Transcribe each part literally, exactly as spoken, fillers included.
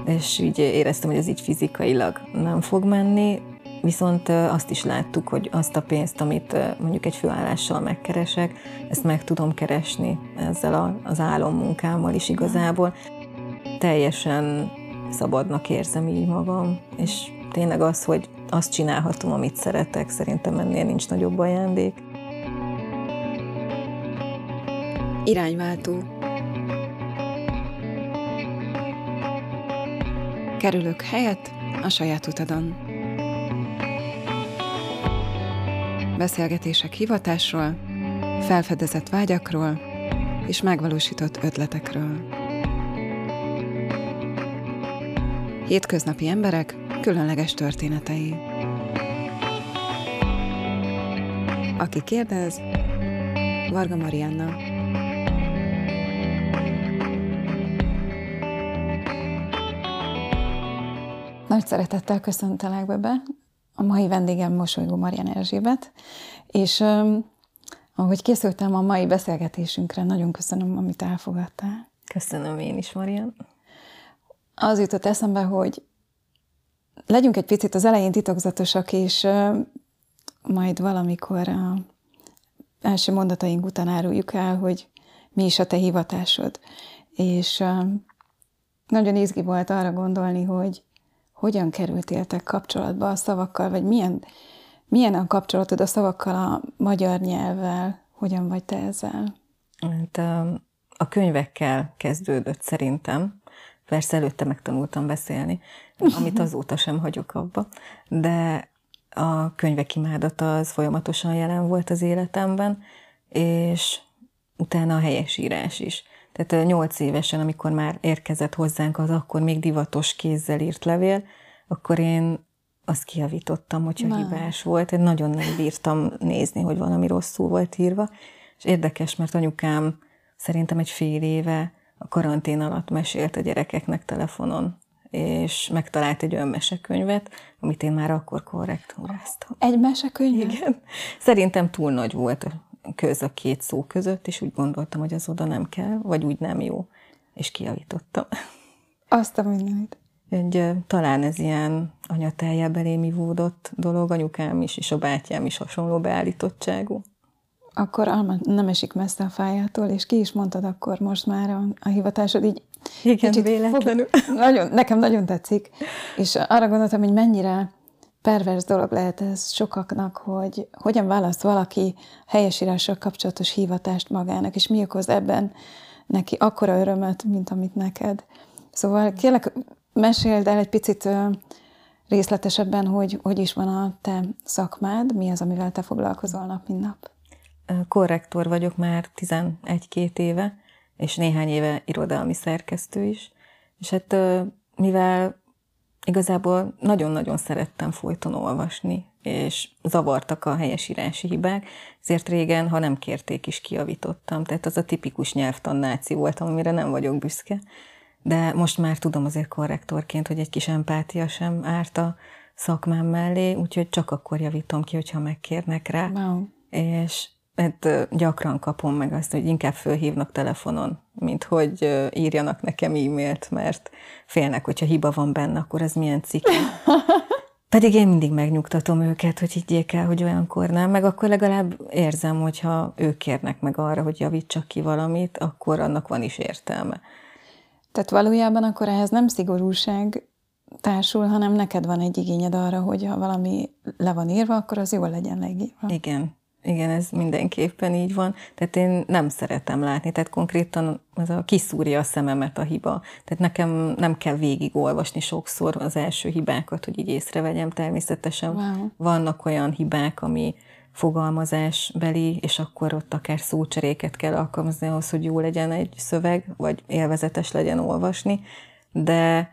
és így éreztem, hogy ez így fizikailag nem fog menni, viszont azt is láttuk, hogy azt a pénzt, amit mondjuk egy főállással megkeresek, ezt meg tudom keresni ezzel az álommunkámmal is igazából. Teljesen szabadnak érzem így magam, és tényleg az, hogy azt csinálhatom, amit szeretek, szerintem ennél nincs nagyobb ajándék. Irányváltó. Kerülök helyet a saját utadon. Beszélgetések hivatásról, felfedezett vágyakról és megvalósított ötletekről. Hétköznapi emberek különleges történetei. Aki kérdez, Varga Marianna. Nagy szeretettel köszöntelek be. A mai vendégem Mosolygó Marian Erzsébet, és um, ahogy készültem a mai beszélgetésünkre, nagyon köszönöm, amit elfogadtál. Köszönöm én is, Marian. Az jutott eszembe, hogy legyünk egy picit az elején titokzatosak, és uh, majd valamikor a első mondataink után áruljuk el, hogy mi is a te hivatásod. És uh, nagyon izgi volt arra gondolni, hogy hogyan kerültél te kapcsolatba a szavakkal, vagy milyen, milyen a kapcsolatod a szavakkal, a magyar nyelvvel, hogyan vagy te ezzel? Hát a, a könyvekkel kezdődött szerintem. Persze előtte megtanultam beszélni, amit azóta sem hagyok abba, de a könyvek imádata az folyamatosan jelen volt az életemben, és utána a helyesírás is. Tehát nyolc évesen, amikor már érkezett hozzánk az akkor még divatos kézzel írt levél, akkor én azt kijavítottam, hogyha Na. hibás volt. Én nagyon nem bírtam nézni, hogy valami rosszul volt írva. És érdekes, mert anyukám szerintem egy fél éve a karantén alatt mesélt a gyerekeknek telefonon, és megtalált egy olyan mesekönyvet, amit én már akkor korrektúráztam. Egy mesekönyvet? Igen. Szerintem túl nagy volt a köz a két szó között, és úgy gondoltam, hogy az oda nem kell, vagy úgy nem jó, és kijavítottam. Azt a mindenit. Egy, talán ez ilyen anyatájjel belém ivódott dolog, anyukám is, és a bátyám is hasonló beállítottságú. Akkor Alma nem esik messze a fájától, és ki is mondtad akkor most már a, a hivatásod, így igen, véletlenül. Fog, nagyon, nekem nagyon tetszik, és arra gondoltam, hogy mennyire pervers dolog lehet ez sokaknak, hogy hogyan választ valaki helyesírással kapcsolatos hivatást magának, és mi okoz ebben neki akkora örömöt, mint amit neked. Szóval kérlek, meséld el egy picit részletesebben, hogy hogy is van a te szakmád, mi az, amivel te foglalkozol nap, mint nap. Korrektor vagyok már tizenegy-két éve, és néhány éve irodalmi szerkesztő is. És hát mivel igazából nagyon-nagyon szerettem folyton olvasni, és zavartak a helyesírási hibák, ezért régen, ha nem kérték is, kijavítottam. Tehát az a tipikus nyelvtannáci voltam, amire nem vagyok büszke. De most már tudom azért korrektorként, hogy egy kis empátia sem árt a szakmám mellé, úgyhogy csak akkor javítom ki, hogyha megkérnek rá. Wow. És hát gyakran kapom meg azt, hogy inkább fölhívnak telefonon, mint hogy írjanak nekem e-mailt, mert félnek, hogyha hiba van benne, akkor ez milyen cikk. Pedig én mindig megnyugtatom őket, hogy higgyék el, hogy olyankor nem, meg akkor legalább érzem, hogyha ők kérnek meg arra, hogy javítsak ki valamit, akkor annak van is értelme. Tehát valójában akkor ehhez nem szigorúság társul, hanem neked van egy igényed arra, hogy ha valami le van írva, akkor az jól legyen leírva. Igen. Igen, ez mindenképpen így van. Tehát én nem szeretem látni, tehát konkrétan az a kiszúrja a szememet a hiba. Tehát nekem nem kell végigolvasni sokszor az első hibákat, hogy így észrevegyem. Természetesen wow. vannak olyan hibák, ami fogalmazásbeli, és akkor ott akár szócseréket kell alkalmazni ahhoz, hogy jó legyen egy szöveg, vagy élvezetes legyen olvasni, de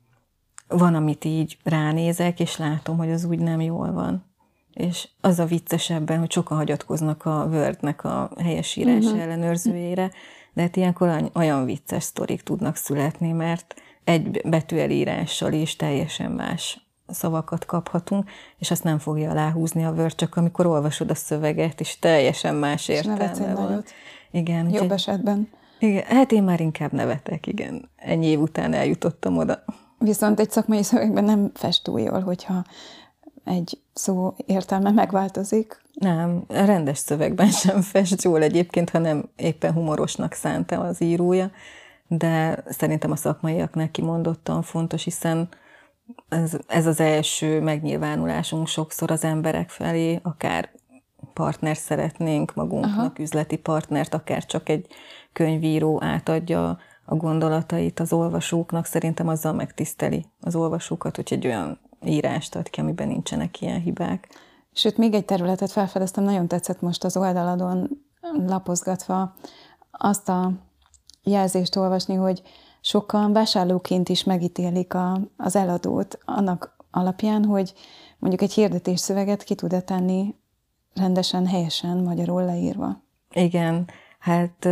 van, amit így ránézek, és látom, hogy az úgy nem jól van. És az a viccesebben, hogy sokan hagyatkoznak a Wordnek a helyesírás uh-huh. ellenőrzőjére, de hát ilyenkor olyan vicces sztorik tudnak születni, mert egy betűelírással is teljesen más szavakat kaphatunk, és azt nem fogja aláhúzni a Word, csak amikor olvasod a szöveget, és teljesen más értelme van. Nagyot. Igen. Jobb úgy, esetben. Igen, hát én már inkább nevetek, igen. Ennyi év után eljutottam oda. Viszont egy szakmai szövegben nem fest túl jól, hogyha egy szó értelme megváltozik. Nem, a rendes szövegben sem fest jól egyébként, hanem éppen humorosnak szánta az írója, de szerintem a szakmaiaknak kimondottan fontos, hiszen ez, ez az első megnyilvánulásunk sokszor az emberek felé, akár partner szeretnénk magunknak, aha, üzleti partnert, akár csak egy könyvíró átadja a gondolatait az olvasóknak, szerintem azzal megtiszteli az olvasókat, hogy egy olyan írást ad ki, amiben nincsenek ilyen hibák. Sőt, még egy területet felfedeztem, nagyon tetszett most az oldaladon lapozgatva azt a jelzést olvasni, hogy sokan vásárlóként is megítélik a, az eladót annak alapján, hogy mondjuk egy hirdetésszöveget ki tud-e tenni rendesen, helyesen, magyarul leírva. Igen, hát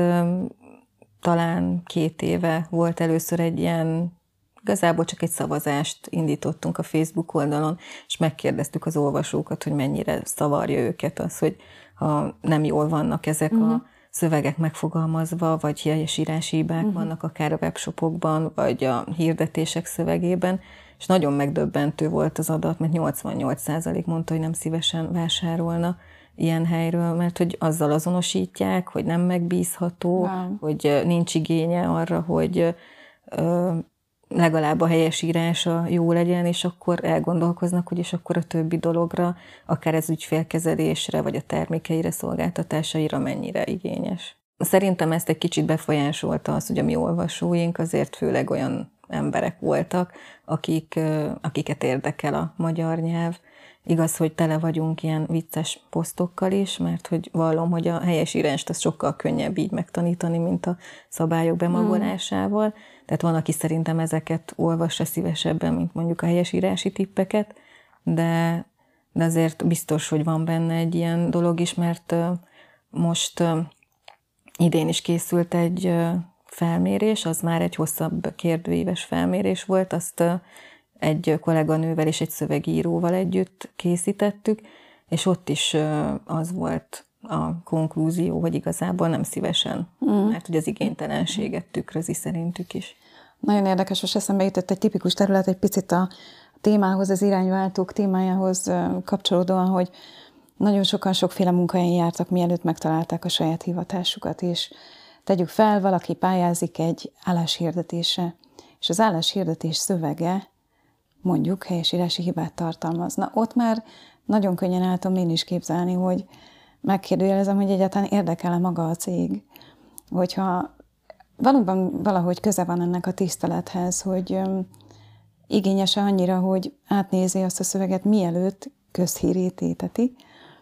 talán két éve volt először egy ilyen, igazából csak egy szavazást indítottunk a Facebook oldalon, és megkérdeztük az olvasókat, hogy mennyire szavarja őket az, hogy ha nem jól vannak ezek uh-huh. a szövegek megfogalmazva, vagy helyesírási hibák uh-huh. vannak akár a webshopokban, vagy a hirdetések szövegében, és nagyon megdöbbentő volt az adat, mert nyolcvannyolc százalék mondta, hogy nem szívesen vásárolna ilyen helyről, mert hogy azzal azonosítják, hogy nem megbízható, wow. hogy nincs igénye arra, hogy ö, legalább a helyesírása jó legyen, és akkor elgondolkoznak, hogy és akkor a többi dologra, akár az ügyfélkezelésre, vagy a termékeire, szolgáltatásaira mennyire igényes. Szerintem ezt egy kicsit befolyásolta az, hogy a mi olvasóink azért főleg olyan emberek voltak, akik, akiket érdekel a magyar nyelv. Igaz, hogy tele vagyunk ilyen vicces posztokkal is, mert hogy vallom, hogy a helyesírást az sokkal könnyebb így megtanítani, mint a szabályok bemagolásával. Mm. Tehát van, aki szerintem ezeket olvassa szívesebben, mint mondjuk a helyesírási tippeket, de, de azért biztos, hogy van benne egy ilyen dolog is, mert most idén is készült egy felmérés, az már egy hosszabb kérdőíves felmérés volt, azt egy kolléganővel és egy szövegíróval együtt készítettük, és ott is az volt a konklúzió, hogy igazából nem szívesen, mm. mert hogy az igénytelenséget tükrözi szerintük is. Nagyon érdekes, most eszembe jutott egy tipikus terület, egy picit a témához, az irányváltók témájához kapcsolódóan, hogy nagyon sokan sokféle munkahelyen jártak, mielőtt megtalálták a saját hivatásukat, és tegyük fel, valaki pályázik egy álláshirdetésre, és az álláshirdetés szövege mondjuk helyesírási hibát tartalmazna. Ott már nagyon könnyen el tudom én is képzelni, hogy megkérdőjelezem, hogy egyáltalán érdekel-e maga a cég. Hogyha valóban valahogy köze van ennek a tisztelethez, hogy igényes annyira, hogy átnézi azt a szöveget, mielőtt közhírré téteti,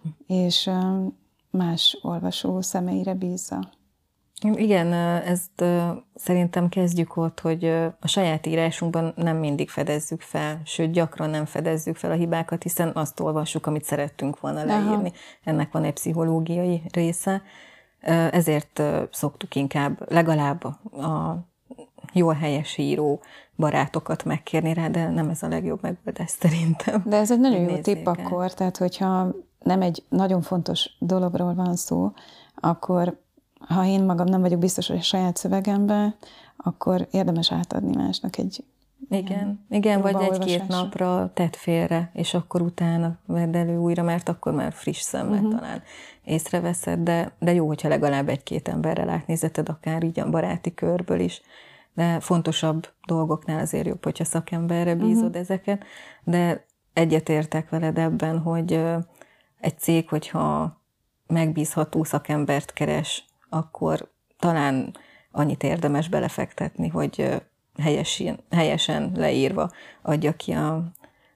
és más olvasó szemeire bízza. Igen, ezt szerintem kezdjük ott, hogy a saját írásunkban nem mindig fedezzük fel, sőt, gyakran nem fedezzük fel a hibákat, hiszen azt olvassuk, amit szerettünk volna leírni. Aha. Ennek van egy pszichológiai része. Ezért szoktuk inkább legalább a jól helyesíró barátokat megkérni rá, de nem ez a legjobb megoldás szerintem. De ez egy nagyon jó tipp akkor, tehát hogyha nem egy nagyon fontos dologról van szó, akkor ha én magam nem vagyok biztos, hogy a saját szövegemben, akkor érdemes átadni másnak egy Igen, igen vagy egy-két napra tedd félre, és akkor utána vedd elő újra, mert akkor már friss szemmel uh-huh. talán észreveszed, de, de jó, hogyha legalább egy-két emberrel átnézeted, akár így a baráti körből is. De fontosabb dolgoknál azért jobb, hogyha szakemberre bízod uh-huh. ezeket, de egyetértek veled ebben, hogy egy cég, hogyha megbízható szakembert keres, akkor talán annyit érdemes belefektetni, hogy helyesen, helyesen leírva adja ki a, a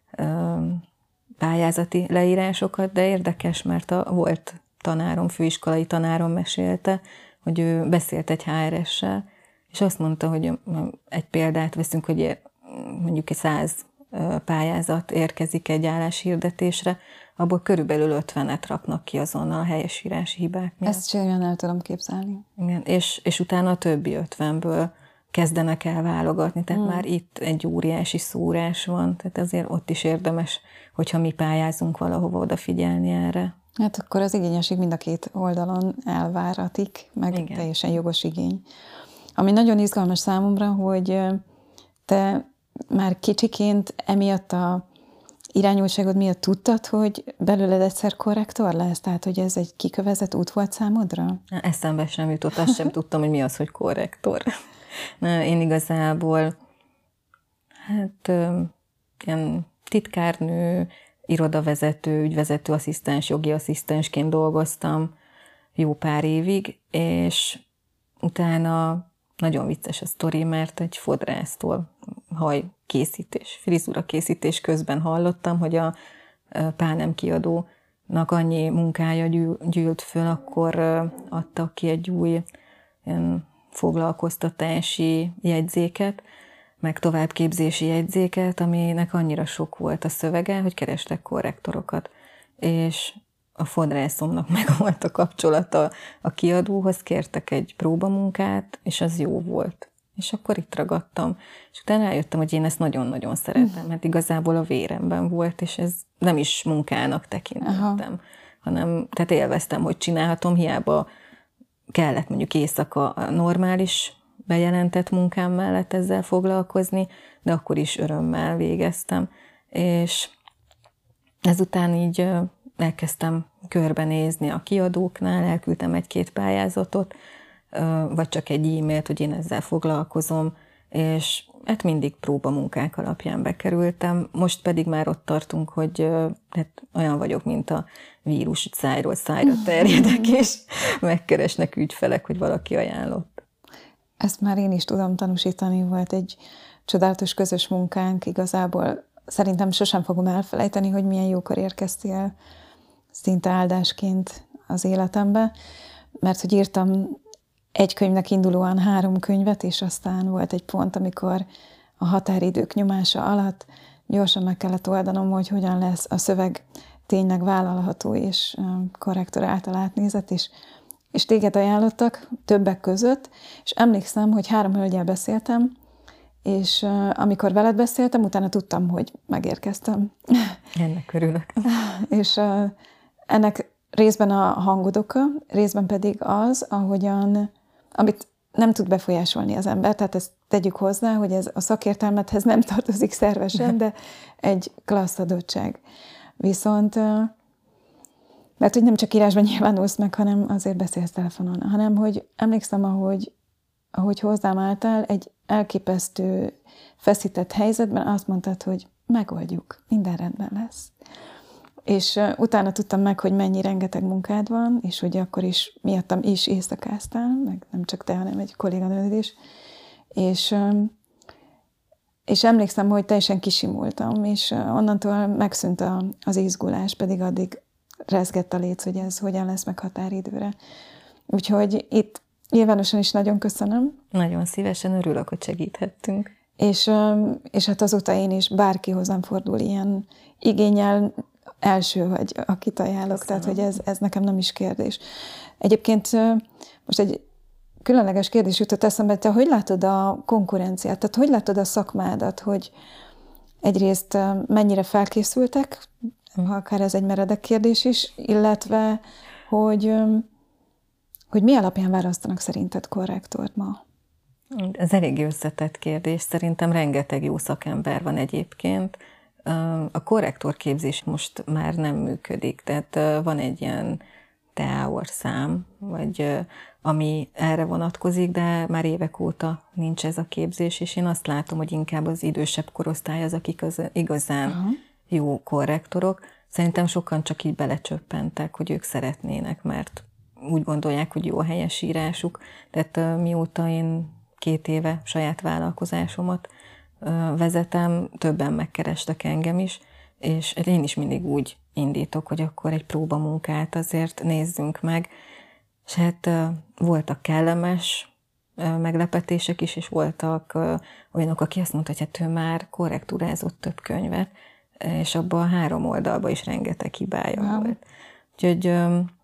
pályázati leírásokat, de érdekes, mert a volt tanárom, főiskolai tanárom mesélte, hogy ő beszélt egy há er essel, és azt mondta, hogy egy példát veszünk, hogy mondjuk egy száz pályázat érkezik egy álláshirdetésre, abból körülbelül ötvenet raknak ki azonnal a helyesírási hibák miatt. Ezt simán el tudom képzelni. Igen, és, és utána a többi ötvenből kezdenek el válogatni, tehát hmm. már itt egy óriási szórás van, tehát azért ott is érdemes, hogyha mi pályázunk valahova odafigyelni erre. Hát akkor az igényesség mind a két oldalon elváratik, meg teljesen jogos igény. Ami nagyon izgalmas számomra, hogy te már kicsiként emiatt a irányultságod miatt tudtad, hogy belőled egyszer korrektor lesz? Tehát, hogy ez egy kikövezett út volt számodra? Eszembe sem jutott, azt sem tudtam, hogy mi az, hogy korrektor. Na, én igazából hát ilyen titkárnő, irodavezető, ügyvezető asszisztens, jogi asszisztensként dolgoztam jó pár évig, és utána nagyon vicces a sztori, mert egy fodrásztól hajkészítés, frizura készítés közben hallottam, hogy a Pánem kiadónak annyi munkája gyűlt föl, akkor adtak ki egy új ilyen foglalkoztatási jegyzéket, meg továbbképzési jegyzéket, aminek annyira sok volt a szövege, hogy kerestek korrektorokat. És a fodrászomnak meg volt a kapcsolata a kiadóhoz, kértek egy próbamunkát, és az jó volt. És akkor itt ragadtam. És utána rájöttem, hogy én ezt nagyon-nagyon szeretem, mert igazából a véremben volt, és ez nem is munkának tekintettem, Aha. hanem tehát élveztem, hogy csinálhatom, hiába kellett mondjuk éjszaka a normális bejelentett munkám mellett ezzel foglalkozni, de akkor is örömmel végeztem. És ezután így elkezdtem körbenézni a kiadóknál, elküldtem egy-két pályázatot, vagy csak egy e-mailt, hogy én ezzel foglalkozom, és hát mindig próbamunkák alapján bekerültem. Most pedig már ott tartunk, hogy hát olyan vagyok, mint a vírus, szájról szájra terjedek, és megkeresnek ügyfelek, hogy valaki ajánlott. Ezt már én is tudom tanúsítani, volt egy csodálatos közös munkánk, igazából szerintem sosem fogom elfelejteni, hogy milyen jókor érkeztél szinte áldásként az életembe, mert hogy írtam egy könyvnek indulóan három könyvet, és aztán volt egy pont, amikor a határidők nyomása alatt gyorsan meg kellett oldanom, hogy hogyan lesz a szöveg tényleg vállalható és korrektor által átnézett, és, és téged ajánlottak többek között, és emlékszem, hogy három hölgyel beszéltem, és uh, amikor veled beszéltem, utána tudtam, hogy megérkeztem. Ennek örülök. És uh, ennek részben a hangod oka, részben pedig az, ahogyan, amit nem tud befolyásolni az ember, tehát ezt tegyük hozzá, hogy ez a szakértelmedhez nem tartozik szervesen, de egy klassz adottság. Viszont, uh, mert hogy nem csak írásban nyilvánulsz meg, hanem azért beszélsz telefonon, hanem hogy emlékszem, ahogy, ahogy hozzám álltál, egy elképesztő feszített helyzetben azt mondtad, hogy megoldjuk, minden rendben lesz. És uh, utána tudtam meg, hogy mennyi rengeteg munkád van, és hogy akkor is miattam is éjszakáztál, meg nem csak te, hanem egy kolléganőd is. És, um, és emlékszem, hogy teljesen kisimultam, és uh, onnantól megszűnt a, az izgulás, pedig addig rezgett a léc, hogy ez hogyan lesz meg határidőre. Úgyhogy itt nyilvánosan is nagyon köszönöm. Nagyon szívesen örülök, hogy segíthettünk. És, és hát azóta én is, bárki hozzám fordul ilyen igénnyel, első vagy, akit ajánlok, köszönöm. Tehát hogy ez, ez nekem nem is kérdés. Egyébként most egy különleges kérdés jutott eszembe, te hogy látod a konkurenciát? Tehát hogy látod a szakmádat, hogy egyrészt mennyire felkészültek, ha akár ez egy meredek kérdés is, illetve hogy hogy mi alapján választanak szerinted korrektort ma? Ez elég összetett kérdés. Szerintem rengeteg jó szakember van egyébként. A korrektorképzés most már nem működik, tehát van egy ilyen T E A szám, vagy ami erre vonatkozik, de már évek óta nincs ez a képzés, és én azt látom, hogy inkább az idősebb korosztály az, akik az igazán Aha. jó korrektorok. Szerintem sokan csak így belecsöppentek, hogy ők szeretnének, mert úgy gondolják, hogy jó a helyesírásuk. Tehát mióta én két éve saját vállalkozásomat vezetem, többen megkerestek engem is, és én is mindig úgy indítok, hogy akkor egy próbamunkát azért nézzünk meg. És hát voltak kellemes meglepetések is, és voltak olyanok, aki azt mondta, hogy hát ő már korrektúrázott több könyvet, és abban a három oldalban is rengeteg hibája wow. volt. Úgyhogy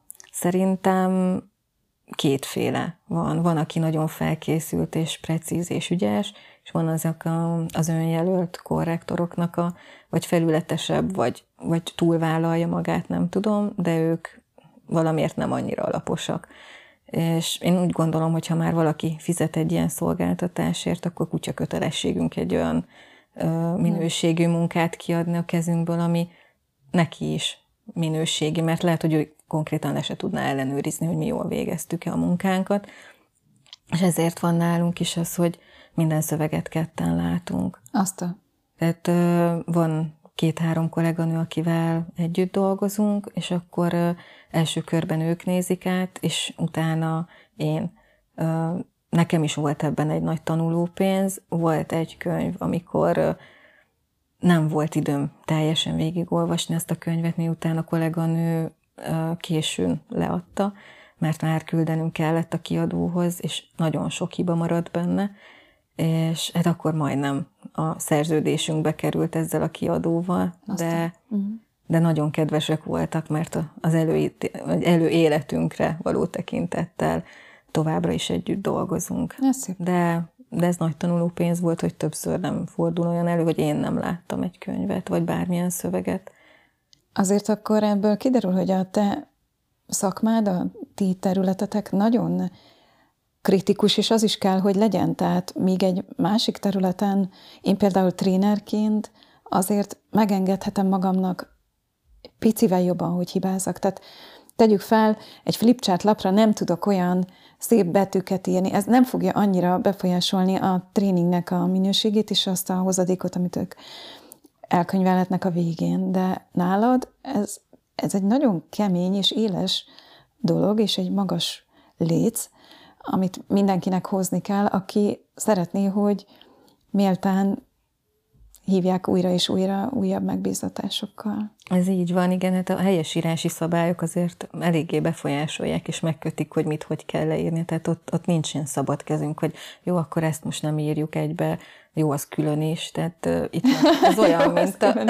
szerintem kétféle van. Van, aki nagyon felkészült és precíz és ügyes, és van azok a, az önjelölt korrektoroknak a, vagy felületesebb, vagy, vagy túlvállalja magát, nem tudom, de ők valamiért nem annyira alaposak. És én úgy gondolom, hogy ha már valaki fizet egy ilyen szolgáltatásért, akkor kutya kötelességünk egy olyan minőségű munkát kiadni a kezünkből, ami neki is minőségi, mert lehet, hogy ő konkrétan le se tudná ellenőrizni, hogy mi jól végeztük-e a munkánkat. És ezért van nálunk is az, hogy minden szöveget ketten látunk. Azt a... Tehát van két-három kolléganő, akivel együtt dolgozunk, és akkor első körben ők nézik át, és utána én. Nekem is volt ebben egy nagy tanulópénz. Volt egy könyv, amikor nem volt időm teljesen végigolvasni ezt a könyvet, miután a kolléganő későn leadta, mert már küldenünk kellett a kiadóhoz, és nagyon sok hiba maradt benne, és hát akkor majdnem a szerződésünkbe került ezzel a kiadóval, de, de nagyon kedvesek voltak, mert az elő, elő életünkre való tekintettel továbbra is együtt dolgozunk. De, de ez nagy tanulópénz volt, hogy többször nem fordul olyan elő, hogy én nem láttam egy könyvet, vagy bármilyen szöveget. Azért akkor ebből kiderül, hogy a te szakmád, a ti területetek nagyon kritikus, és az is kell, hogy legyen. Tehát míg egy másik területen, én például trénerként azért megengedhetem magamnak picivel jobban, hogy hibázzak. Tehát tegyük fel, egy flipchart lapra nem tudok olyan szép betűket írni. Ez nem fogja annyira befolyásolni a tréningnek a minőségét, és azt a hozadékot, amit ők elkönyvelhetnek a végén. De nálad ez, ez egy nagyon kemény és éles dolog, és egy magas léc, amit mindenkinek hozni kell, aki szeretné, hogy méltán hívják újra és újra újabb megbízatásokkal. Ez így van, igen, hát a helyesírási szabályok azért eléggé befolyásolják, és megkötik, hogy mit, hogy kell leírni. Tehát ott, ott nincs ilyen szabad kezünk, hogy jó, akkor ezt most nem írjuk egybe, jó, az külön is. Tehát uh, itt ez olyan, jó, mint a,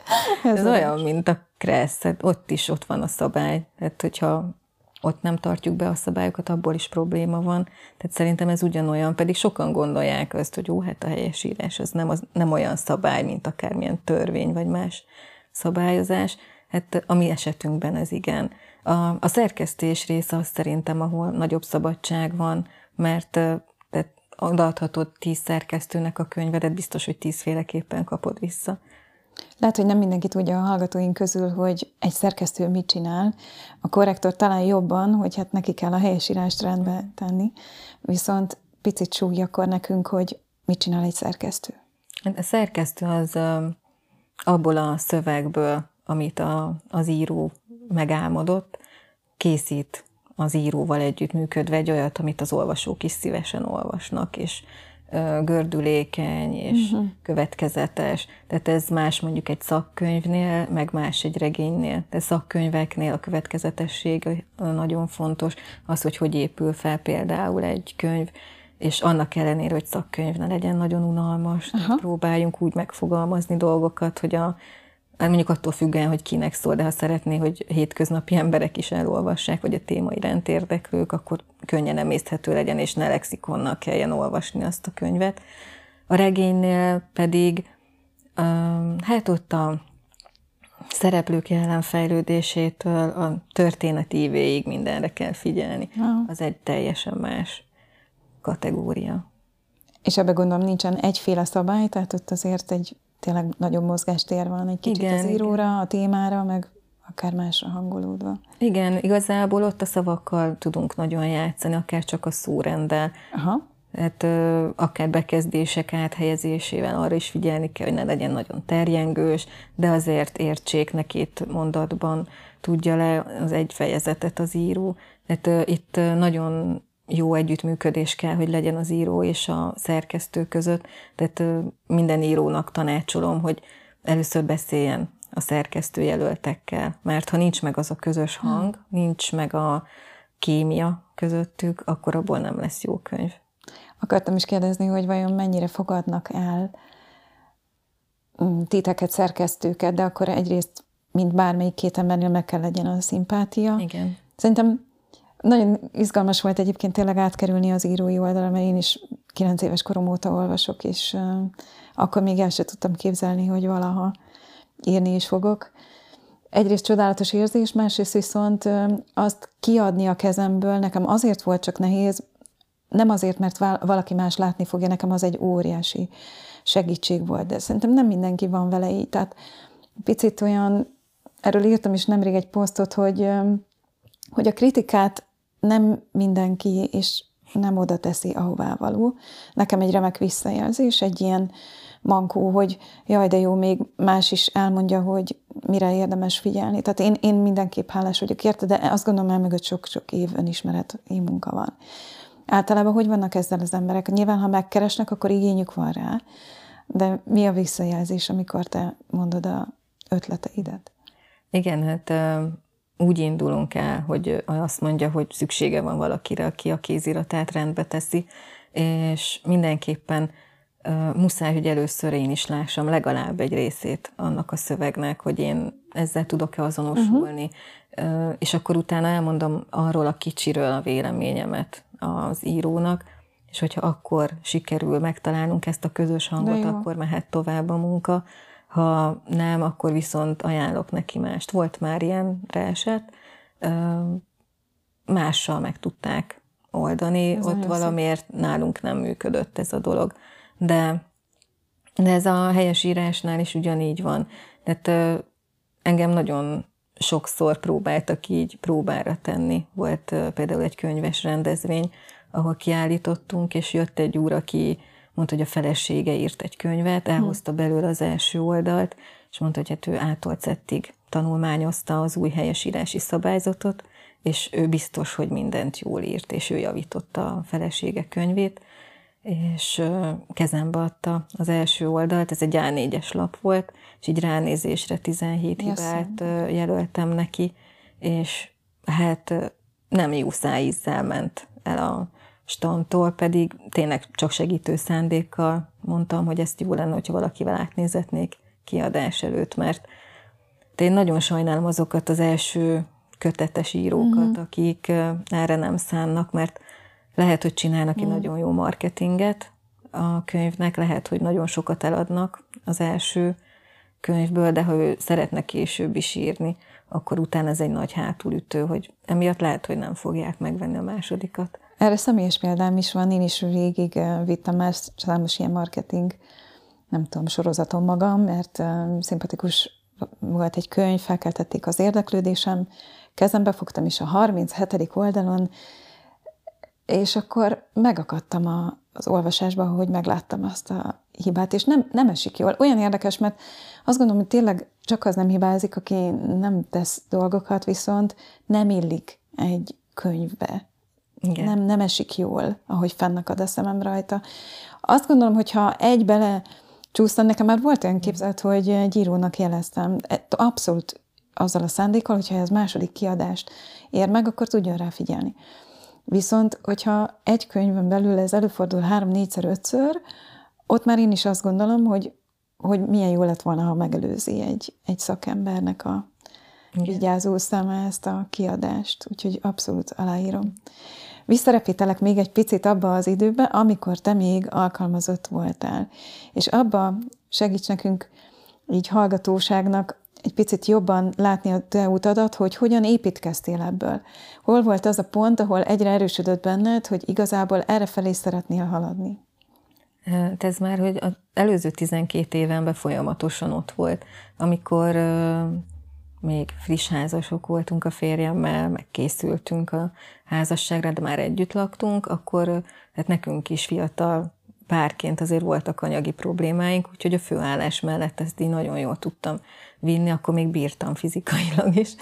ez ez olyan, mint a Kressz, tehát ott is ott van a szabály. Tehát, hogyha ott nem tartjuk be a szabályokat, abból is probléma van. Tehát szerintem ez ugyanolyan, pedig sokan gondolják azt, hogy jó, hát a helyesírás az nem, az nem olyan szabály, mint akármilyen törvény, vagy más szabályozás. Hát a mi esetünkben ez igen. A, a szerkesztés része az szerintem, ahol nagyobb szabadság van, mert tehát odaadhatod tíz szerkesztőnek a könyvedet, biztos, hogy tízféleképpen kapod vissza. Lehet, hogy nem mindenki tudja a hallgatóink közül, hogy egy szerkesztő mit csinál. A korrektor talán jobban, hogy hát neki kell a helyesírást rendbe tenni, viszont picit súgja akkor nekünk, hogy mit csinál egy szerkesztő. A szerkesztő az abból a szövegből, amit a, az író megálmodott, készít az íróval együttműködve egy olyat, amit az olvasók is szívesen olvasnak, és gördülékeny és uh-huh. következetes. Tehát ez más mondjuk egy szakkönyvnél, meg más egy regénynél. De szakkönyveknél a következetesség nagyon fontos, az, hogy hogy épül fel például egy könyv, és annak ellenére, hogy szakkönyv ne legyen nagyon unalmas. Próbáljunk úgy megfogalmazni dolgokat, hogy a mondjuk attól függően, hogy kinek szól, de ha szeretné, hogy hétköznapi emberek is elolvassák, vagy a téma iránt érdeklők, akkor könnyen emészthető legyen, és ne lexikonnal kelljen olvasni azt a könyvet. A regénynél pedig hát ott a szereplők jelenfejlődésétől a történet ívéig mindenre kell figyelni. Az egy teljesen más kategória. És ebben gondolom nincsen egyféle szabály, tehát ott azért egy tényleg nagyobb mozgástér van egy kicsit igen, az íróra, igen. a témára, meg akár másra hangolódva. Igen, igazából ott a szavakkal tudunk nagyon játszani, akár csak a szórenddel. Aha. Hát, akár bekezdések áthelyezésével arra is figyelni kell, hogy ne legyen nagyon terjengős, de azért értsék ne két mondatban tudja le az egy fejezetet az író. Hát, itt nagyon jó együttműködés kell, hogy legyen az író és a szerkesztő között. Tehát minden írónak tanácsolom, hogy először beszéljen a szerkesztőjelöltekkel, mert ha nincs meg az a közös hang, hmm. nincs meg a kémia közöttük, akkor abból nem lesz jó könyv. Akartam is kérdezni, hogy vajon mennyire fogadnak el titeket, szerkesztőket, de akkor egyrészt, mint bármelyik két embernél meg kell legyen a szimpátia. Igen. Szerintem nagyon izgalmas volt egyébként tényleg átkerülni az írói oldalra, mert én is kilenc éves korom óta olvasok, és uh, akkor még el sem tudtam képzelni, hogy valaha írni is fogok. Egyrészt csodálatos érzés, másrészt viszont uh, azt kiadni a kezemből nekem azért volt csak nehéz, nem azért, mert valaki más látni fogja, nekem az egy óriási segítség volt, de szerintem nem mindenki van vele így. Tehát picit olyan, erről írtam is nemrég egy posztot, hogy, hogy a kritikát nem mindenki, és nem oda teszi, ahová való. Nekem egy remek visszajelzés, egy ilyen mankó, hogy jaj, de jó, még más is elmondja, hogy mire érdemes figyelni. Tehát én, én mindenképp hálás vagyok érte, de azt gondolom, el mögött sok-sok év önismereti munka van. Általában hogy vannak ezzel az emberek? Nyilván, ha megkeresnek, akkor igényük van rá, de mi a visszajelzés, amikor te mondod a ötleteidet? Igen, hát úgy indulunk el, hogy azt mondja, hogy szüksége van valakire, aki a kéziratát rendbe teszi, és mindenképpen muszáj, hogy először én is lássam legalább egy részét annak a szövegnek, hogy én ezzel tudok-e azonosulni, uh-huh. és akkor utána elmondom arról a kicsiről a véleményemet az írónak, és hogyha akkor sikerül megtalálnunk ezt a közös hangot, akkor mehet tovább a munka. Ha nem, akkor viszont ajánlok neki mást. Volt már ilyenre eset, mással meg tudták oldani, ez ott valamiért szép. Nálunk nem működött ez a dolog. De, de ez a helyesírásnál is ugyanígy van. Tehát engem nagyon sokszor próbáltak így próbára tenni. Volt például egy könyves rendezvény, ahol kiállítottunk, és jött egy úr, aki mondta, hogy a felesége írt egy könyvet, elhozta belőle az első oldalt, és mondta, hogy hát ő ától zettig tanulmányozta az új helyesírási szabályzatot, és ő biztos, hogy mindent jól írt, és ő javította a felesége könyvét, és kezembe adta az első oldalt, ez egy á négyes lap volt, és így ránézésre tizenhét hibát jelöltem neki, és hát nem jó szájízzel ment el a standtól, pedig tényleg csak segítő szándékkal mondtam, hogy ezt jó lenne, hogyha valakivel átnézetnék kiadás előtt, mert én nagyon sajnálom azokat az első kötetes írókat, uh-huh. akik erre nem szánnak, mert lehet, hogy csinálnak egy uh-huh. nagyon jó marketinget a könyvnek, lehet, hogy nagyon sokat eladnak az első könyvből, de ha ő szeretne később is írni, akkor utána ez egy nagy hátulütő, hogy emiatt lehet, hogy nem fogják megvenni a másodikat. Erre személyes példám is van, én is végig vittem már számos ilyen marketing, nem tudom, sorozaton magam, mert uh, szimpatikus volt egy könyv, felkeltették az érdeklődésem, kezembe fogtam is a harminchetedik oldalon, és akkor megakadtam a, az olvasásba, hogy megláttam azt a hibát, és nem, nem esik jól. Olyan érdekes, mert azt gondolom, hogy tényleg csak az nem hibázik, aki nem tesz dolgokat, viszont nem illik egy könyvbe. Igen. Nem, nem esik jól, ahogy fennakad a szemem rajta. Azt gondolom, hogyha egy bele csúsztam, nekem már volt olyan képzelt, hogy egy írónak jeleztem, abszolút azzal a szándékkal, hogyha ez második kiadást ér meg, akkor tudjon rá figyelni. Viszont, hogyha egy könyvön belül ez előfordul három, négyszer, ötször, ott már én is azt gondolom, hogy, hogy milyen jó lett volna, ha megelőzi egy, egy szakembernek a vigyázó szeme ezt a kiadást. Úgyhogy abszolút aláírom. Visszarepítelek még egy picit abba az időbe, amikor te még alkalmazott voltál. És abba segíts nekünk így hallgatóságnak egy picit jobban látni a te utadat, hogy hogyan építkeztél ebből. Hol volt az a pont, ahol egyre erősödött benned, hogy igazából errefelé szeretnél haladni? Hát ez már, hogy az előző tizenkét évenben folyamatosan ott volt. Amikor uh, még friss házasok voltunk a férjemmel, meg készültünk a házasságra, de már együtt laktunk, akkor uh, hát nekünk is fiatal párként azért voltak anyagi problémáink, úgyhogy a főállás mellett ezt így nagyon jól tudtam vinni, akkor még bírtam fizikailag is.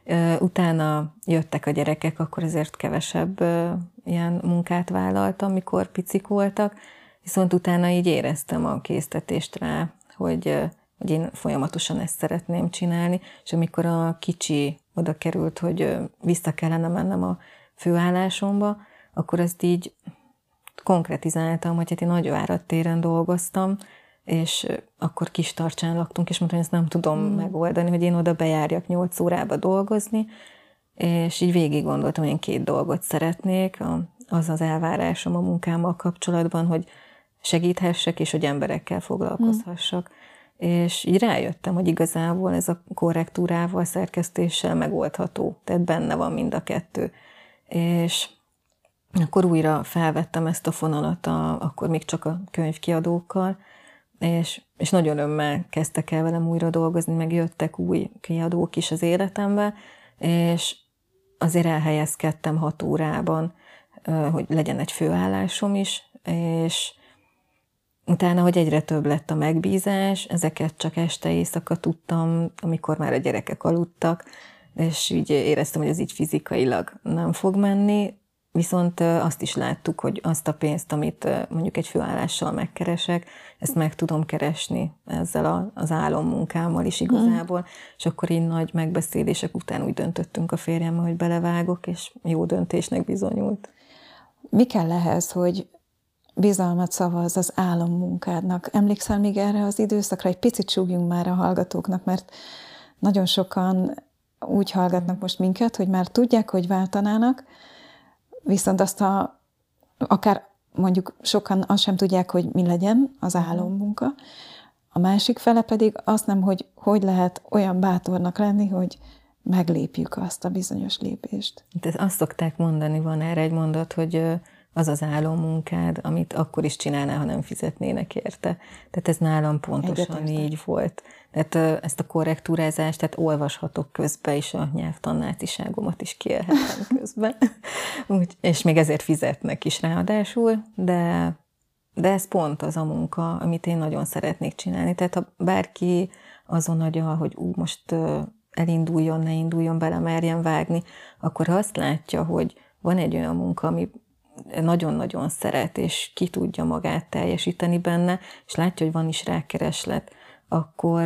Utána jöttek a gyerekek, akkor azért kevesebb ilyen munkát vállaltam, mikor picik voltak, viszont utána így éreztem a késztetést rá, hogy, hogy én folyamatosan ezt szeretném csinálni, és amikor a kicsi oda került, hogy vissza kellene mennem a főállásomba, akkor ezt így konkretizáltam, hogy hát én Nagyvárad téren dolgoztam, és akkor Kistarcsán laktunk, és mondtam, hogy ezt nem tudom hmm. megoldani, hogy én oda bejárjak nyolc órába dolgozni, és így végig gondoltam, hogy én két dolgot szeretnék. Az az elvárásom a munkámmal kapcsolatban, hogy segíthessek, és hogy emberekkel foglalkozhassak. Hmm. És így rájöttem, hogy igazából ez a korrektúrával, szerkesztéssel megoldható. Tehát benne van mind a kettő. És akkor újra felvettem ezt a fonalat, a, akkor még csak a könyvkiadókkal, és, és nagyon örömmel kezdtek el velem újra dolgozni, meg jöttek új kiadók is az életembe, és azért elhelyezkedtem hat órában, hogy legyen egy főállásom is, és utána, hogy egyre több lett a megbízás, ezeket csak este éjszaka tudtam, amikor már a gyerekek aludtak, és így éreztem, hogy ez így fizikailag nem fog menni, viszont azt is láttuk, hogy azt a pénzt, amit mondjuk egy főállással megkeresek, ezt meg tudom keresni ezzel az álommunkámmal is igazából, mm. és akkor így nagy megbeszélések után úgy döntöttünk a férjemmel, hogy belevágok, és jó döntésnek bizonyult. Mi kell ehhez, hogy bizalmat szavaz az álommunkádnak? Emlékszel még erre az időszakra? Egy picit súgjunk már a hallgatóknak, mert nagyon sokan úgy hallgatnak most minket, hogy már tudják, hogy váltanának, viszont azt a, akár mondjuk sokan azt sem tudják, hogy mi legyen az álommunka. A másik fele pedig azt nem, hogy hogy lehet olyan bátornak lenni, hogy meglépjük azt a bizonyos lépést. De azt szokták mondani, van erre egy mondat, hogy az az álommunkád, amit akkor is csinálnál, ha nem fizetnének érte. Tehát ez nálam pontosan így volt. Tehát ezt a korrektúrázást, tehát olvashatok közben is, a nyelvtanáciságomat is kiélhetem közben. Úgy, és még ezért fizetnek is ráadásul, de, de ez pont az a munka, amit én nagyon szeretnék csinálni. Tehát ha bárki azon agyal, hogy ú, most elinduljon, ne induljon, bele merjen vágni, akkor ha azt látja, hogy van egy olyan munka, ami nagyon-nagyon szeret, és ki tudja magát teljesíteni benne, és látja, hogy van is rá kereslet, akkor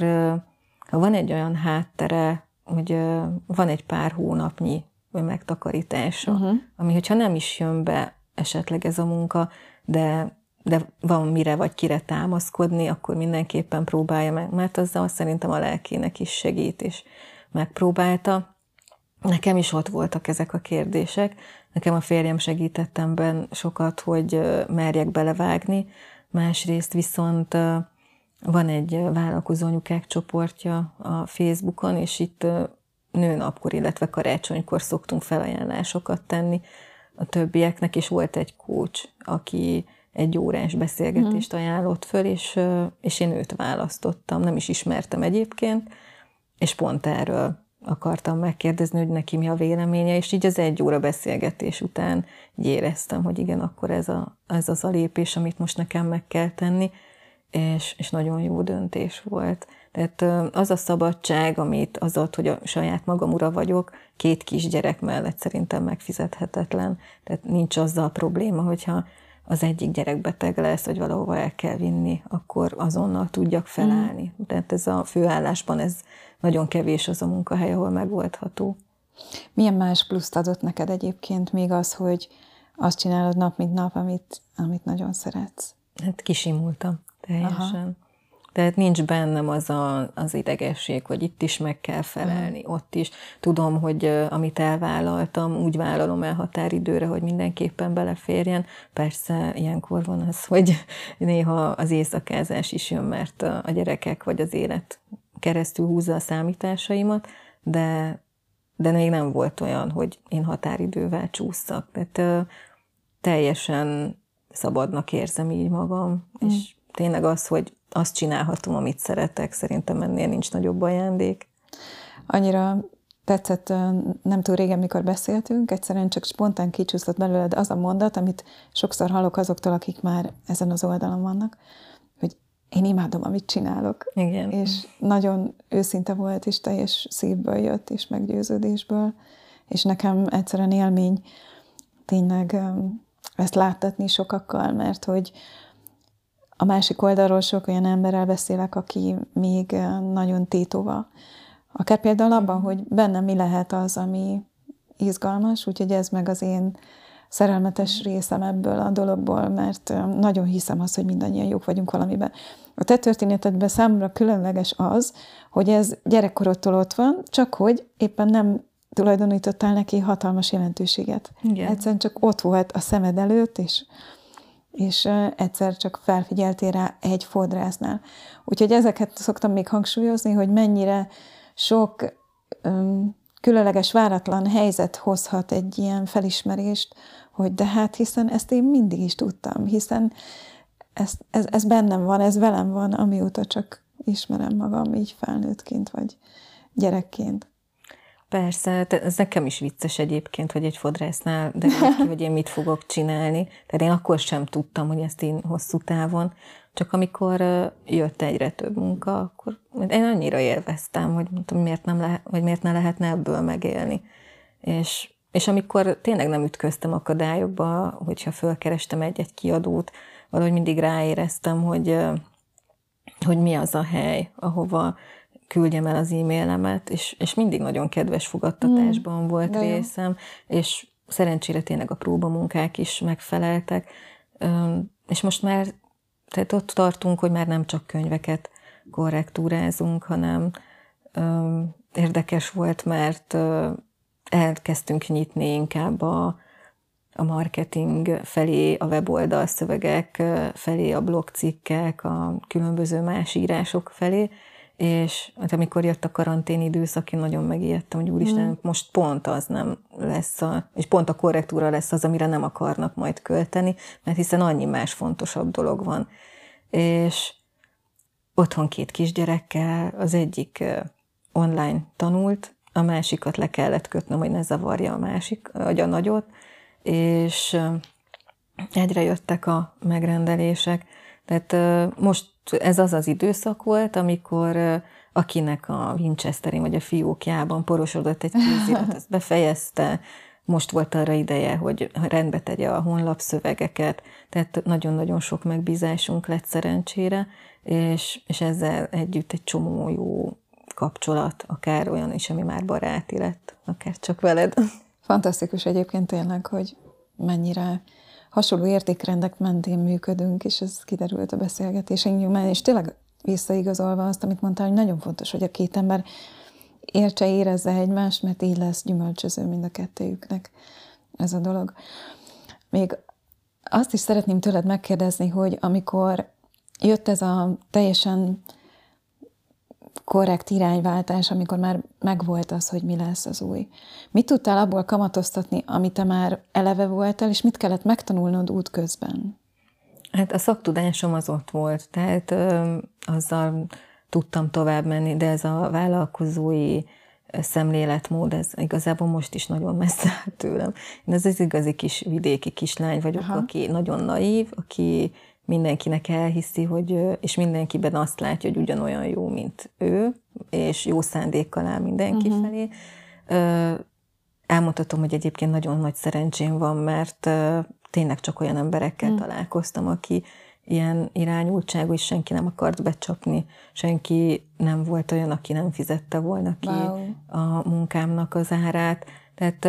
ha van egy olyan háttere, hogy van egy pár hónapnyi megtakarítása, uh-huh. ami, hogyha nem is jön be esetleg ez a munka, de, de van mire vagy kire támaszkodni, akkor mindenképpen próbálja meg, mert azzal szerintem a lelkének is segít, és megpróbálta. Nekem is ott voltak ezek a kérdések. Nekem a férjem segített ebben sokat, hogy merjek belevágni. Másrészt viszont van egy vállalkozó anyukák csoportja a Facebookon, és itt nőnapkor, illetve karácsonykor szoktunk felajánlásokat tenni a többieknek, és volt egy coach, aki egy órás beszélgetést ajánlott föl, és, és én őt választottam. Nem is ismertem egyébként, és pont erről akartam megkérdezni, hogy neki mi a véleménye, és így az egy óra beszélgetés után így éreztem, hogy igen, akkor ez, a, ez az a lépés, amit most nekem meg kell tenni, és, és nagyon jó döntés volt. Tehát az a szabadság, amit az ad, hogy a saját magam ura vagyok, két kisgyerek mellett szerintem megfizethetetlen. Tehát nincs azzal a probléma, hogyha az egyik gyerek beteg lesz, vagy valahova el kell vinni, akkor azonnal tudjak felállni. Mm. Tehát ez a főállásban ez nagyon kevés az a munkahely, ahol megoldható. Milyen más pluszt adott neked egyébként még az, hogy azt csinálod nap, mint nap, amit, amit nagyon szeretsz? Hát kisimultam teljesen. Aha. Tehát nincs bennem az a, az idegesség, hogy itt is meg kell felelni, uh-huh. ott is. Tudom, hogy uh, amit elvállaltam, úgy vállalom el határidőre, hogy mindenképpen beleférjen. Persze ilyenkor van az, hogy néha az éjszakázás is jön, mert a gyerekek vagy az élet keresztül húzza a számításaimat, de, de még nem volt olyan, hogy én határidővel csúszszak. Tehát uh, teljesen szabadnak érzem így magam, uh-huh. és tényleg az, hogy azt csinálhatom, amit szeretek, szerintem ennél nincs nagyobb ajándék. Annyira tetszett, nem túl régen, mikor beszéltünk, egyszerűen csak spontán kicsúszott belőled az a mondat, amit sokszor hallok azoktól, akik már ezen az oldalon vannak, hogy én imádom, amit csinálok. Igen. És nagyon őszinte volt, és teljes szívből jött, és meggyőződésből, és nekem egyszerűen élmény tényleg ezt láttatni sokakkal, mert hogy a másik oldalról sok olyan emberrel beszélek, aki még nagyon tétova. Akár például abban, hogy bennem mi lehet az, ami izgalmas, úgyhogy ez meg az én szerelmetes részem ebből a dologból, mert nagyon hiszem azt, hogy mindannyian jók vagyunk valamiben. A te történetedben számomra különleges az, hogy ez gyerekkorodtól ott van, csak hogy éppen nem tulajdonítottál neki hatalmas jelentőséget. Igen. Egyszerűen csak ott volt a szemed előtt, és és egyszer csak felfigyeltél rá egy fodrásznál. Úgyhogy ezeket szoktam még hangsúlyozni, hogy mennyire sok um, különleges, váratlan helyzet hozhat egy ilyen felismerést, hogy de hát hiszen ezt én mindig is tudtam, hiszen ez, ez, ez bennem van, ez velem van, amióta csak ismerem magam így felnőttként, vagy gyerekként. Persze, ez nekem is vicces egyébként, hogy egy fodrásznál derült ki, hogy én mit fogok csinálni. Tehát én akkor sem tudtam, hogy ezt én hosszú távon. Csak amikor jött egyre több munka, akkor én annyira élveztem, hogy mondtam, miért, nem lehet, vagy miért ne lehetne ebből megélni. És, és amikor tényleg nem ütköztem akadályokba, hogyha fölkerestem egy-egy kiadót, valahogy mindig ráéreztem, hogy, hogy mi az a hely, ahova küldjem el az e-mailemet, és, és mindig nagyon kedves fogadtatásban mm, volt részem, és szerencsére tényleg a próbamunkák is megfeleltek, és most már tehát ott tartunk, hogy már nem csak könyveket korrektúrázunk, hanem érdekes volt, mert elkezdtünk nyitni inkább a, a marketing felé, a weboldal szövegek felé, a blogcikkek, a különböző más írások felé, és hát amikor jött a karantén időszak, én nagyon megijedtem, hogy úristen, mm. most pont az nem lesz, a, és pont a korrektúra lesz az, amire nem akarnak majd költeni, mert hiszen annyi más fontosabb dolog van. És otthon két kisgyerekkel, az egyik online tanult, a másikat le kellett kötnöm, hogy ne zavarja a másik, vagy a nagyot, és egyre jöttek a megrendelések. Tehát most ez az az időszak volt, amikor akinek a Winchesterin vagy a fiókjában porosodott egy kézirat, ezt befejezte, most volt arra ideje, hogy rendbe tegye a honlapszövegeket, tehát nagyon-nagyon sok megbízásunk lett szerencsére, és, és ezzel együtt egy csomó jó kapcsolat, akár olyan is, ami már baráti lett, akár csak veled. Fantasztikus egyébként tényleg, hogy mennyire hasonló értékrendek mentén működünk, és ez kiderült a beszélgetésünkben, és tényleg visszaigazolva azt, amit mondtál, hogy nagyon fontos, hogy a két ember értse, érezze egymást, mert így lesz gyümölcsöző mind a kettőjüknek ez a dolog. Még azt is szeretném tőled megkérdezni, hogy amikor jött ez a teljesen korrekt irányváltás, amikor már megvolt az, hogy mi lesz az új. Mit tudtál abból kamatoztatni, amit te már eleve voltál, és mit kellett megtanulnod útközben? Hát a szaktudásom az ott volt, tehát ö, azzal tudtam tovább menni, de ez a vállalkozói szemléletmód, ez igazából most is nagyon messze áll tőlem. Én ez az igazi kis vidéki kislány vagyok, aha, aki nagyon naív, aki mindenkinek elhiszi, hogy, és mindenkiben azt látja, hogy ugyanolyan jó, mint ő, és jó szándékkal áll mindenki uh-huh. felé. Elmondhatom, hogy egyébként nagyon nagy szerencsém van, mert tényleg csak olyan emberekkel uh-huh. találkoztam, aki ilyen irányultságú, és senki nem akart becsapni, senki nem volt olyan, aki nem fizette volna ki wow. a munkámnak az árát. Tehát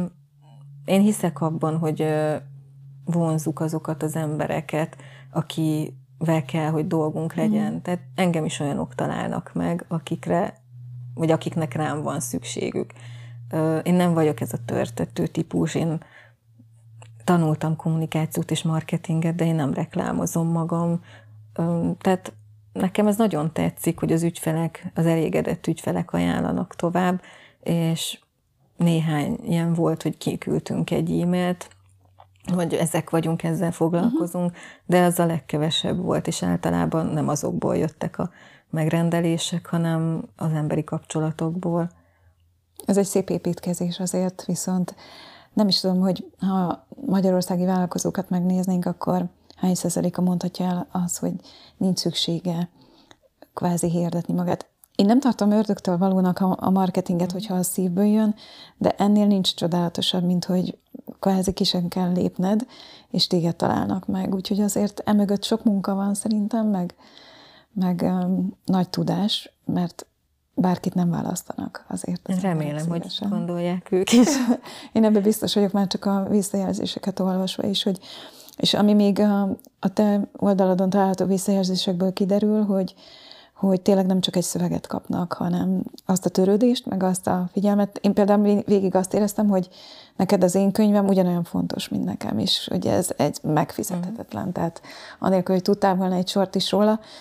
én hiszek abban, hogy vonzzuk azokat az embereket, akivel kell, hogy dolgunk legyen. Mm. Tehát engem is olyanok találnak meg, akikre, vagy akiknek rám van szükségük. Én nem vagyok ez a törtető típus, én tanultam kommunikációt és marketinget, de én nem reklámozom magam. Tehát nekem ez nagyon tetszik, hogy az ügyfelek, az elégedett ügyfelek ajánlanak tovább, és néhány ilyen volt, hogy kiküldtünk egy e-mailt, hogy ezek vagyunk, ezzel foglalkozunk, uh-huh. de az a legkevesebb volt, és általában nem azokból jöttek a megrendelések, hanem az emberi kapcsolatokból. Ez egy szép építkezés azért, viszont nem is tudom, hogy ha magyarországi vállalkozókat megnéznénk, akkor hány százaléka mondhatja el az, hogy nincs szüksége kvázi hirdetni magát. Én nem tartom ördögtől valónak a marketinget, hogyha a szívből jön, de ennél nincs csodálatosabb, mint hogy kvázi ki sem kell lépned, és téged találnak meg. Úgyhogy azért emögött sok munka van szerintem, meg, meg um, nagy tudás, mert bárkit nem választanak azért. Remélem, hogy gondolják ők is. Én ebben biztos vagyok, már csak a visszajelzéseket olvasva is, hogy, és ami még a, a te oldaladon található visszajelzésekből kiderül, hogy hogy tényleg nem csak egy szöveget kapnak, hanem azt a törődést, meg azt a figyelmet. Én például végig azt éreztem, hogy neked az én könyvem ugyanolyan fontos, mint nekem is, hogy ez egy megfizethetetlen. Mm. Tehát anélkül, hogy tudtál volna egy sort is róla,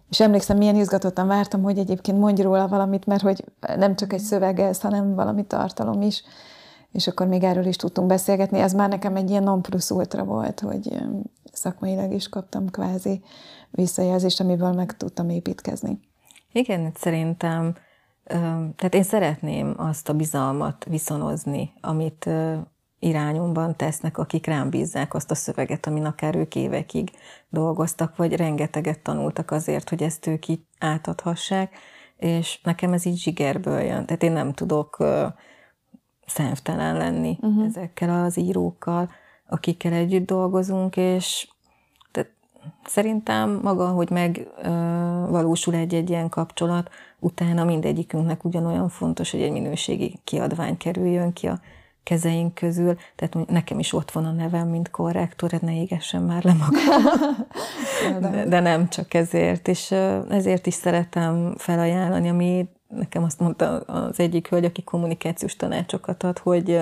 És emlékszem, milyen izgatottan vártam, hogy egyébként mondj róla valamit, mert hogy nem csak egy szöveg ez, hanem valami tartalom is. És akkor még erről is tudtunk beszélgetni. Ez már nekem egy ilyen non plus ultra volt, hogy szakmailag is kaptam kvázi visszajelzést, amiből meg tudtam építkezni. Igen, szerintem, tehát én szeretném azt a bizalmat viszonozni, amit irányomban tesznek, akik rám bízzák azt a szöveget, amin akár ők évekig dolgoztak, vagy rengeteget tanultak azért, hogy ezt ők így átadhassák, és nekem ez így zsigerből jön. Tehát én nem tudok uh, szemtelen lenni uh-huh. ezekkel az írókkal, akikkel együtt dolgozunk, és tehát szerintem maga, hogy megvalósul uh, egy-egy ilyen kapcsolat, utána mindegyikünknek ugyanolyan fontos, hogy egy minőségi kiadvány kerüljön ki a kezeink közül, tehát nekem is ott van a nevem, mint korrektor, ne égessen már le magam. de, de nem csak ezért, és ezért is szeretem felajánlani, ami nekem azt mondta az egyik hölgy, aki kommunikációs tanácsokat ad, hogy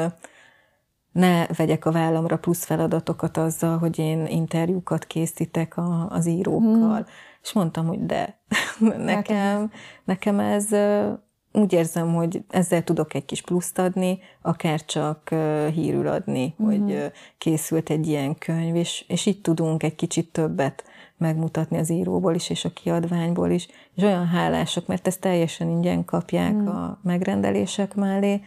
ne vegyek a vállamra plusz feladatokat azzal, hogy én interjúkat készítek a, az írókkal. Hmm. És mondtam, hogy de. nekem, nekem ez... Úgy érzem, hogy ezzel tudok egy kis pluszt adni, akár csak hírül adni, uh-huh. hogy készült egy ilyen könyv, és, és itt tudunk egy kicsit többet megmutatni az íróból is, és a kiadványból is. És olyan hálások, mert ezt teljesen ingyen kapják uh-huh. a megrendelések mellé,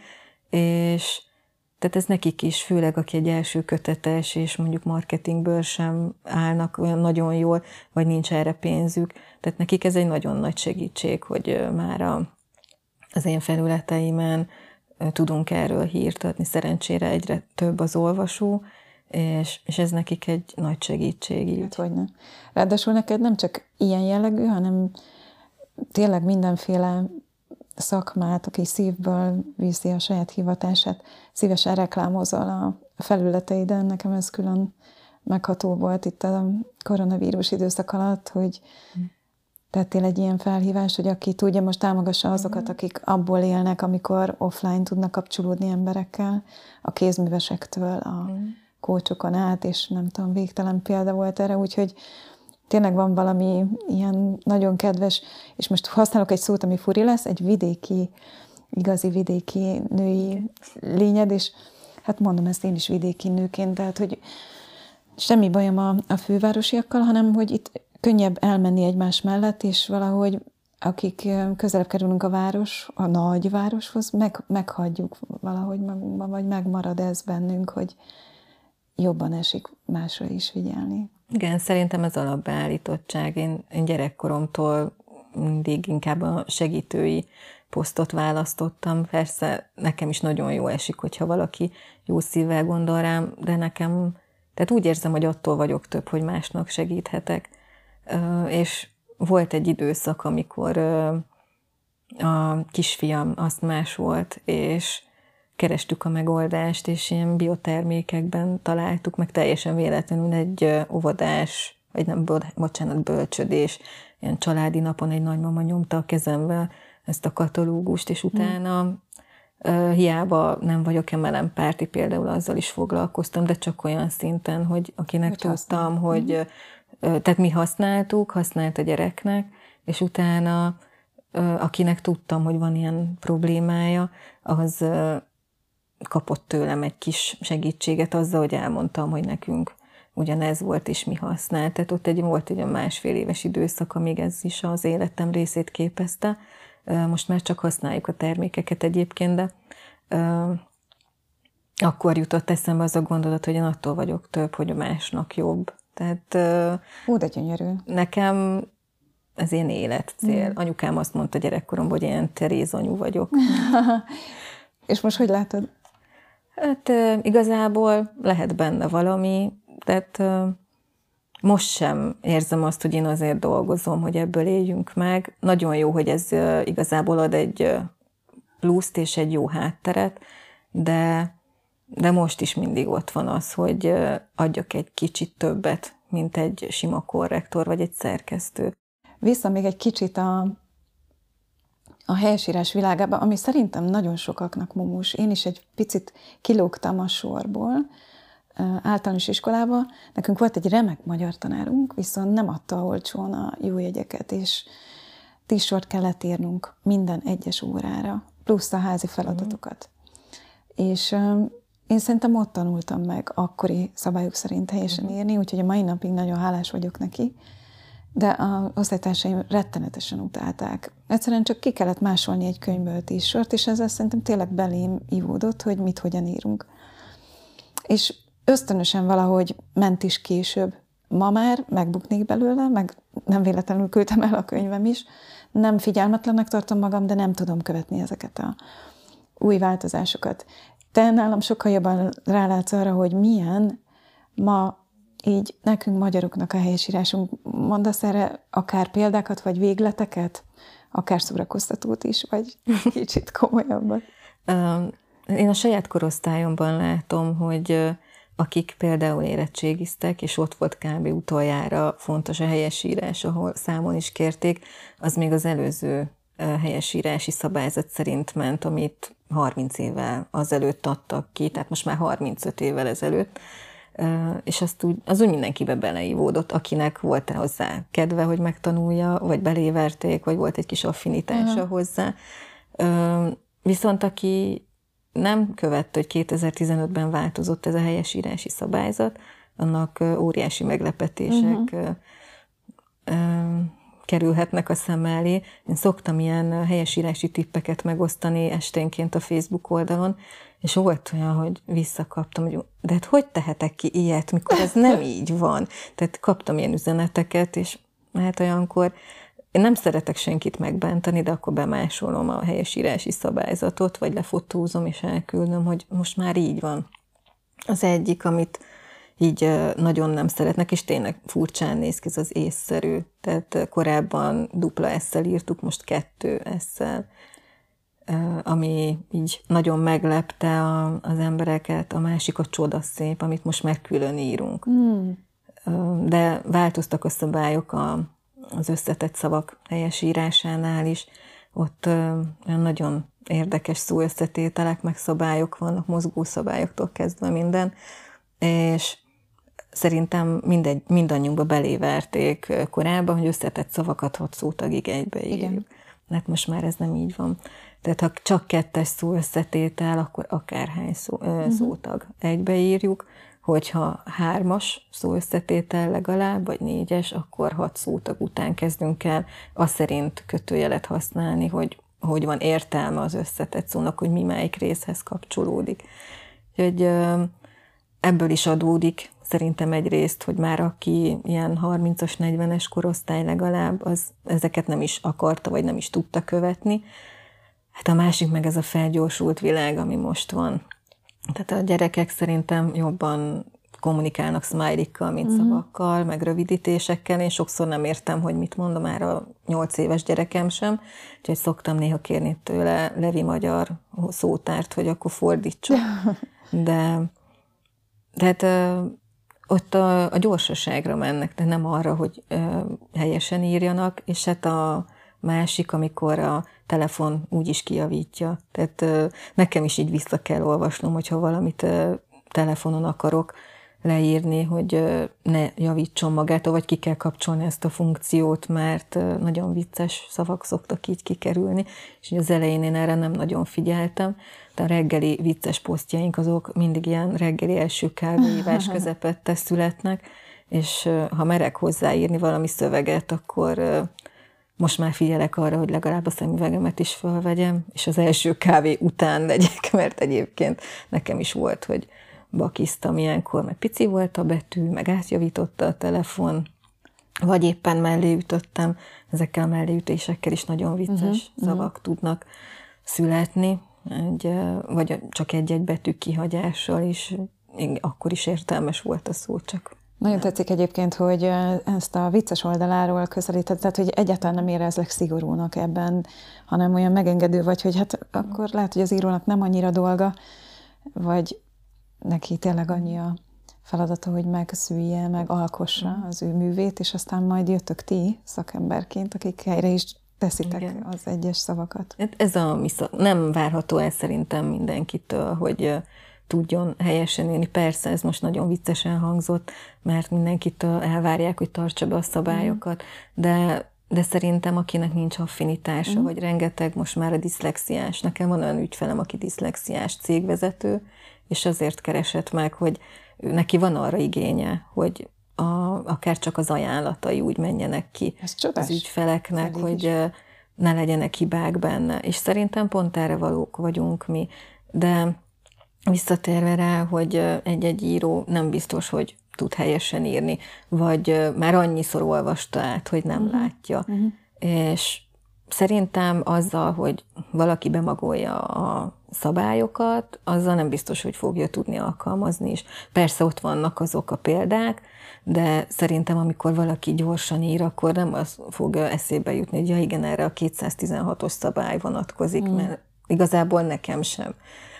és tehát ez nekik is, főleg aki egy első kötetes, és mondjuk marketingből sem állnak olyan nagyon jól, vagy nincs erre pénzük. Tehát nekik ez egy nagyon nagy segítség, hogy már a az én felületeimen tudunk erről hírt adni. Szerencsére egyre több az olvasó, és, és ez nekik egy nagy segítség. Így. Hát hogyne. Ráadásul neked nem csak ilyen jellegű, hanem tényleg mindenféle szakmát, aki szívből viszi a saját hivatását, szívesen reklámozol a felületeiden. Nekem ez külön megható volt itt a koronavírus időszak alatt, hogy tettél egy ilyen felhívást, hogy aki tudja, most támogassa azokat, akik abból élnek, amikor offline tudnak kapcsolódni emberekkel, a kézművesektől, a kócsokon át, és nem tudom, végtelen példa volt erre, úgyhogy tényleg van valami ilyen nagyon kedves, és most használok egy szót, ami furi lesz, egy vidéki, igazi vidéki női lényed, és hát mondom ezt én is vidéki nőként, tehát, hogy semmi bajom a, a fővárosiakkal, hanem, hogy itt könnyebb elmenni egymás mellett, és valahogy akik közelebb kerülünk a város, a nagy városhoz, meg, meghagyjuk valahogy magunkban, vagy megmarad ez bennünk, hogy jobban esik másra is figyelni. Igen, szerintem ez alapbeállítottság. Én, én gyerekkoromtól mindig inkább a segítői posztot választottam. Persze nekem is nagyon jó esik, hogyha valaki jó szívvel gondol rám, de nekem, tehát úgy érzem, hogy attól vagyok több, hogy másnak segíthetek. És volt egy időszak, amikor a kisfiam asztmás volt, és kerestük a megoldást, és ilyen biotermékekben találtuk, meg teljesen véletlenül egy óvodás, vagy nem, bocsánat, bölcsödés, ilyen családi napon egy nagymama nyomta a kezembe ezt a katalógust, és utána hmm. hiába nem vagyok emelempárti, például azzal is foglalkoztam, de csak olyan szinten, hogy akinek hogy tudtam, hogy hmm. tehát mi használtuk, használt a gyereknek, és utána akinek tudtam, hogy van ilyen problémája, az kapott tőlem egy kis segítséget azzal, hogy elmondtam, hogy nekünk ugyanez volt, és mi használt. Tehát ott egy, volt egy olyan másfél éves időszak, amíg ez is az életem részét képezte. Most már csak használjuk a termékeket egyébként, de akkor jutott eszembe az a gondolat, hogy én attól vagyok több, hogy a másnak jobb. Tehát Ó, de gyönyörű. Nekem ez ilyen életcél. Mm. Anyukám azt mondta gyerekkoromban, hogy ilyen Teréz anyu vagyok. És most hogy látod? Hát igazából lehet benne valami, tehát most sem érzem azt, hogy én azért dolgozom, hogy ebből éljünk meg. Nagyon jó, hogy ez igazából ad egy pluszt és egy jó hátteret, de, de most is mindig ott van az, hogy adjak egy kicsit többet, mint egy sima korrektor vagy egy szerkesztő. Vissza még egy kicsit a, a helyesírás világába, ami szerintem nagyon sokaknak mumus. Én is egy picit kilógtam a sorból. általános iskolába nekünk volt egy remek magyar tanárunk, viszont nem adta olcsón a jó jegyeket, és tíz sort kellett írnunk minden egyes órára, plusz a házi feladatokat. Mm. És én szerintem ott tanultam meg akkori szabályok szerint helyesen mm. írni, úgyhogy a mai napig nagyon hálás vagyok neki, de az osztálytársaim rettenetesen utálták. Egyszerűen csak ki kellett másolni egy könyvből tíz sort, és ezzel szerintem tényleg belém ivódott, hogy mit hogyan írunk. És ösztönösen valahogy ment is később. Ma már megbuknék belőle, meg nem véletlenül küldtem el a könyvem is. Nem figyelmetlennek tartom magam, de nem tudom követni ezeket a új változásokat. Te nálam sokkal jobban rálátsz arra, hogy milyen ma így nekünk magyaroknak a helyesírásunk. Mondasz erre akár példákat, vagy végleteket, akár szórakoztatót is, vagy kicsit komolyabbat? Én a saját korosztályomban látom, hogy akik például érettségiztek, és ott volt kb. Utoljára fontos a helyesírás, ahol számon is kérték, az még az előző helyesírási szabályzat szerint ment, amit harminc évvel azelőtt adtak ki, tehát most már harmincöt évvel ezelőtt, és azt úgy, az úgy mindenkibe beleívódott, akinek volt hozzá kedve, hogy megtanulja, vagy beléverték, vagy volt egy kis affinitása uh-huh. hozzá. Viszont aki nem követte, hogy kétezer-tizenötben változott ez a helyesírási szabályzat, annak óriási meglepetések uh-huh. kerülhetnek a szem elé. Én szoktam ilyen helyesírási tippeket megosztani esténként a Facebook oldalon, és volt olyan, hogy visszakaptam, hogy de hát hogy tehetek ki ilyet, mikor ez nem így van? Tehát kaptam ilyen üzeneteket, és hát olyankor én nem szeretek senkit megbántani, de akkor bemásolom a helyesírási szabályzatot, vagy lefotózom, és elküldöm, hogy most már így van. Az egyik, amit így nagyon nem szeretnek, és tényleg furcsán néz ki, ez az észszerű. Tehát korábban dupla S-szel írtuk, most kettő S-szel, ami így nagyon meglepte a, az embereket. A másik a csodaszép, amit most megkülön írunk. Mm. De változtak a szabályok a, az összetett szavak helyesírásánál is. Ott olyan nagyon érdekes szóösszetételek, meg szabályok vannak, mozgó szabályoktól kezdve minden, és szerintem mindegy, mindannyiunkba beléverték korábban, hogy összetett szavakat hat szótagig egybeírjuk. Hát most már ez nem így van. Tehát ha csak kettes szó összetétel, akkor akárhány szó, uh-huh. szótag egybeírjuk, hogyha hármas szó összetétel legalább, vagy négyes, akkor hat szótag után kezdünk el azt szerint kötőjelet használni, hogy hogy van értelme az összetett szónak, hogy mi melyik részhez kapcsolódik. Úgyhogy ebből is adódik szerintem egyrészt, hogy már aki ilyen harmincas, negyvenes korosztály legalább, az ezeket nem is akarta, vagy nem is tudta követni. Hát a másik meg ez a felgyorsult világ, ami most van. Tehát a gyerekek szerintem jobban kommunikálnak smiley-kkal, mint mm-hmm. szavakkal, meg rövidítésekkel. Én sokszor nem értem, hogy mit mondom, már a nyolc éves gyerekem sem, úgyhogy szoktam néha kérni tőle levi magyar szótárt, hogy akkor fordítson. De tehát ö, ott a, a gyorsaságra mennek, de nem arra, hogy ö, helyesen írjanak, és hát a másik, amikor a telefon úgy is kijavítja. Tehát ö, nekem is így vissza kell olvasnom, hogyha valamit ö, telefonon akarok leírni, hogy ö, ne javítson magától, vagy ki kell kapcsolni ezt a funkciót, mert ö, nagyon vicces szavak szoktak így kikerülni, és az elején én erre nem nagyon figyeltem, de a reggeli vicces posztjaink azok mindig ilyen reggeli első kávéívás közepette születnek, és ö, ha merek hozzáírni valami szöveget, akkor ö, most már figyelek arra, hogy legalább a szemüvegemet is felvegyem, és az első kávé után legyek, mert egyébként nekem is volt, hogy bakiztam ilyenkor, mert pici volt a betű, meg átjavította a telefon, vagy éppen mellé ütöttem, ezekkel a melléütésekkel is nagyon vicces uh-huh, szavak uh-huh. tudnak születni, egy, vagy csak egy-egy betű kihagyással is, akkor is értelmes volt a szó, csak nagyon tetszik egyébként, hogy ezt a vicces oldaláról közelíted, tehát hogy egyáltalán nem érezlek szigorúnak ebben, hanem olyan megengedő vagy, hogy hát akkor lehet, hogy az írónak nem annyira dolga, vagy neki tényleg annyi a feladata, hogy megszülje, meg alkossa az ő művét, és aztán majd jöttök ti szakemberként, akik helyre is teszitek igen. az egyes szavakat. Ez a nem várható el szerintem mindenkitől, hogy tudjon helyesen írni. Persze, ez most nagyon viccesen hangzott, mert mindenkit elvárják, hogy tartsa be a szabályokat, de, de szerintem akinek nincs affinitása, mm. vagy rengeteg most már a diszlexiás. Nekem van olyan ügyfelem, aki diszlexiás cégvezető, és azért keresett meg, hogy neki van arra igénye, hogy a, akár csak az ajánlatai úgy menjenek ki az ügyfeleknek, Elég hogy is. ne legyenek hibák benne. És szerintem pont erre valók vagyunk mi. De visszatérve rá, hogy egy-egy író nem biztos, hogy tud helyesen írni, vagy már annyiszor olvasta át, hogy nem uh-huh. látja. Uh-huh. És szerintem azzal, hogy valaki bemagolja a szabályokat, azzal nem biztos, hogy fogja tudni alkalmazni is. Persze ott vannak azok a példák, de szerintem amikor valaki gyorsan ír, akkor nem az fog eszébe jutni, hogy ja igen, erre a kétszáztizenhatos szabály vonatkozik, uh-huh. mert igazából nekem sem.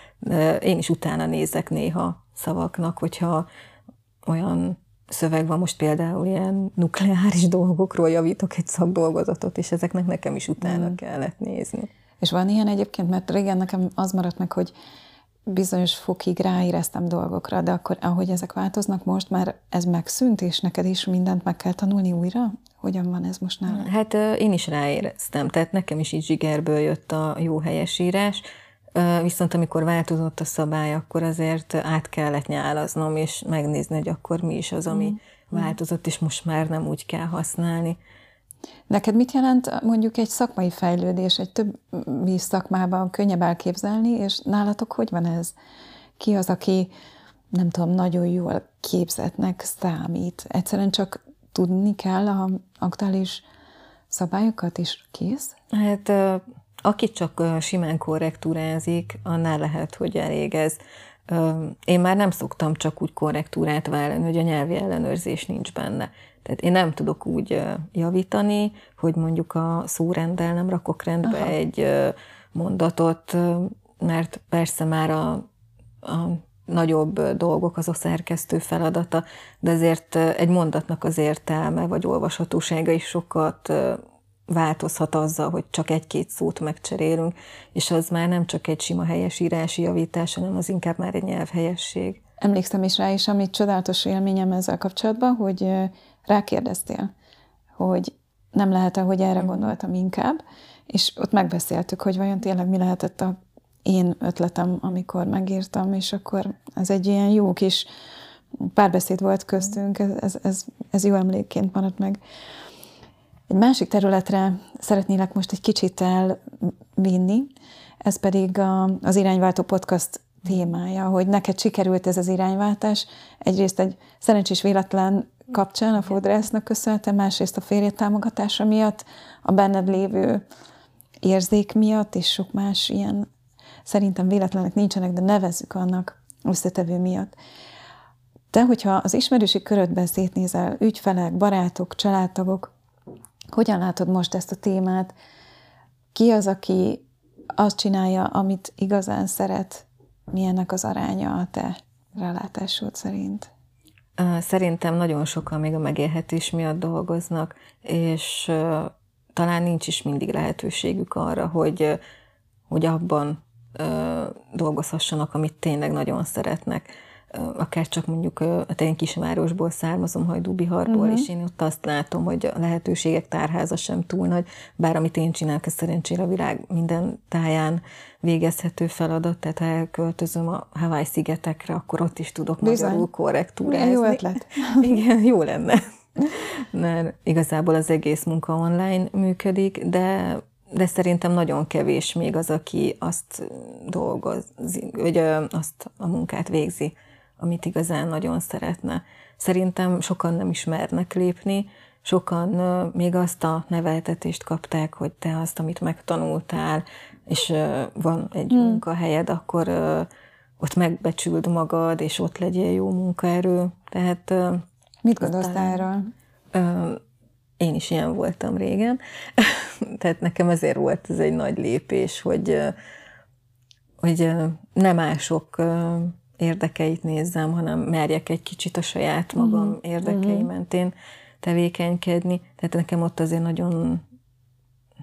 Én is utána nézek néha szavaknak, hogyha olyan szöveg van, most például ilyen nukleáris dolgokról javítok egy szakdolgozatot, és ezeknek nekem is utána mm. kellett nézni. És van ilyen egyébként, mert régen nekem az maradt meg, hogy bizonyos fokig ráéreztem dolgokra, de akkor, ahogy ezek változnak most, már ez megszűnt, és neked is mindent meg kell tanulni újra? Hogyan van ez most nálad? Hát én is ráéreztem, tehát nekem is így zsigerből jött a jó helyesírás, viszont amikor változott a szabály, akkor azért át kellett nyálaznom, és megnézni, hogy akkor mi is az, ami mm. változott, és most már nem úgy kell használni. Neked mit jelent mondjuk egy szakmai fejlődés, egy többi szakmában könnyebb elképzelni, és nálatok hogy van ez? Ki az, aki nem tudom, nagyon jól képzettnek számít? Egyszerűen csak tudni kell a aktuális szabályokat, és kész? Hát aki csak simán korrektúrázik, annál lehet, hogy elég ez. Én már nem szoktam csak úgy korrektúrát vállalni, hogy a nyelvi ellenőrzés nincs benne. Tehát én nem tudok úgy javítani, hogy mondjuk a szórenddel nem rakok rendbe Aha. egy mondatot, mert persze már a, a nagyobb dolgok az a szerkesztő feladata, de azért egy mondatnak az értelme vagy olvashatósága is sokat változhat azzal, hogy csak egy-két szót megcserélünk, és az már nem csak egy sima helyesírási javítás, hanem az inkább már egy nyelvhelyesség. Emlékszem is rá is, amit csodálatos élményem ezzel kapcsolatban, hogy rákérdeztél, hogy nem lehet-e, hogy erre gondoltam inkább, és ott megbeszéltük, hogy vajon tényleg mi lehetett a én ötletem, amikor megírtam, és akkor ez egy ilyen jó kis párbeszéd volt köztünk, ez, ez, ez, ez jó emlékként maradt meg. Egy másik területre szeretnélek most egy kicsit elvinni, ez pedig a, az Irányváltó Podcast témája, hogy neked sikerült ez az irányváltás. Egyrészt egy szerencsés véletlen kapcsán a fodrásznak köszönhetem, másrészt a férjed támogatása miatt, a benned lévő érzék miatt, és sok más ilyen szerintem véletlenek nincsenek, de nevezzük annak összetevő miatt. Te, hogyha az ismerősi körödben szétnézel, ügyfelek, barátok, családtagok, hogyan látod most ezt a témát? Ki az, aki azt csinálja, amit igazán szeret? Milyennek az aránya a te rálátásod szerint? Szerintem nagyon sokan még a megélhetés miatt dolgoznak, és talán nincs is mindig lehetőségük arra, hogy, hogy abban dolgozhassanak, amit tényleg nagyon szeretnek. Akár csak mondjuk a én kisvárosból származom, Hajdú-Biharból, uh-huh. és én ott azt látom, hogy a lehetőségek tárháza sem túl nagy, bár amit én csinálok, ez szerencsére a világ minden táján végezhető feladat, tehát ha elköltözöm a Hawaii-szigetekre, akkor ott is tudok Bizony. magyarul korrektúrázni. Jó ötlet. Igen, jó lenne. Mert igazából az egész munka online működik, de de szerintem nagyon kevés még az, aki azt dolgozik, vagy azt a munkát végzi, amit igazán nagyon szeretne. Szerintem sokan nem ismernek lépni, sokan még azt a neveltetést kapták, hogy te azt, amit megtanultál, és van egy hmm. munkahelyed, akkor ott megbecsüld magad, és ott legyél jó munkaerő. Tehát, mit gondolsz erről? Én is ilyen voltam régen. Tehát nekem ezért volt ez egy nagy lépés, hogy, hogy nem mások érdekeit nézzem, hanem merjek egy kicsit a saját magam uh-huh. érdekei mentén tevékenykedni. Tehát nekem ott azért nagyon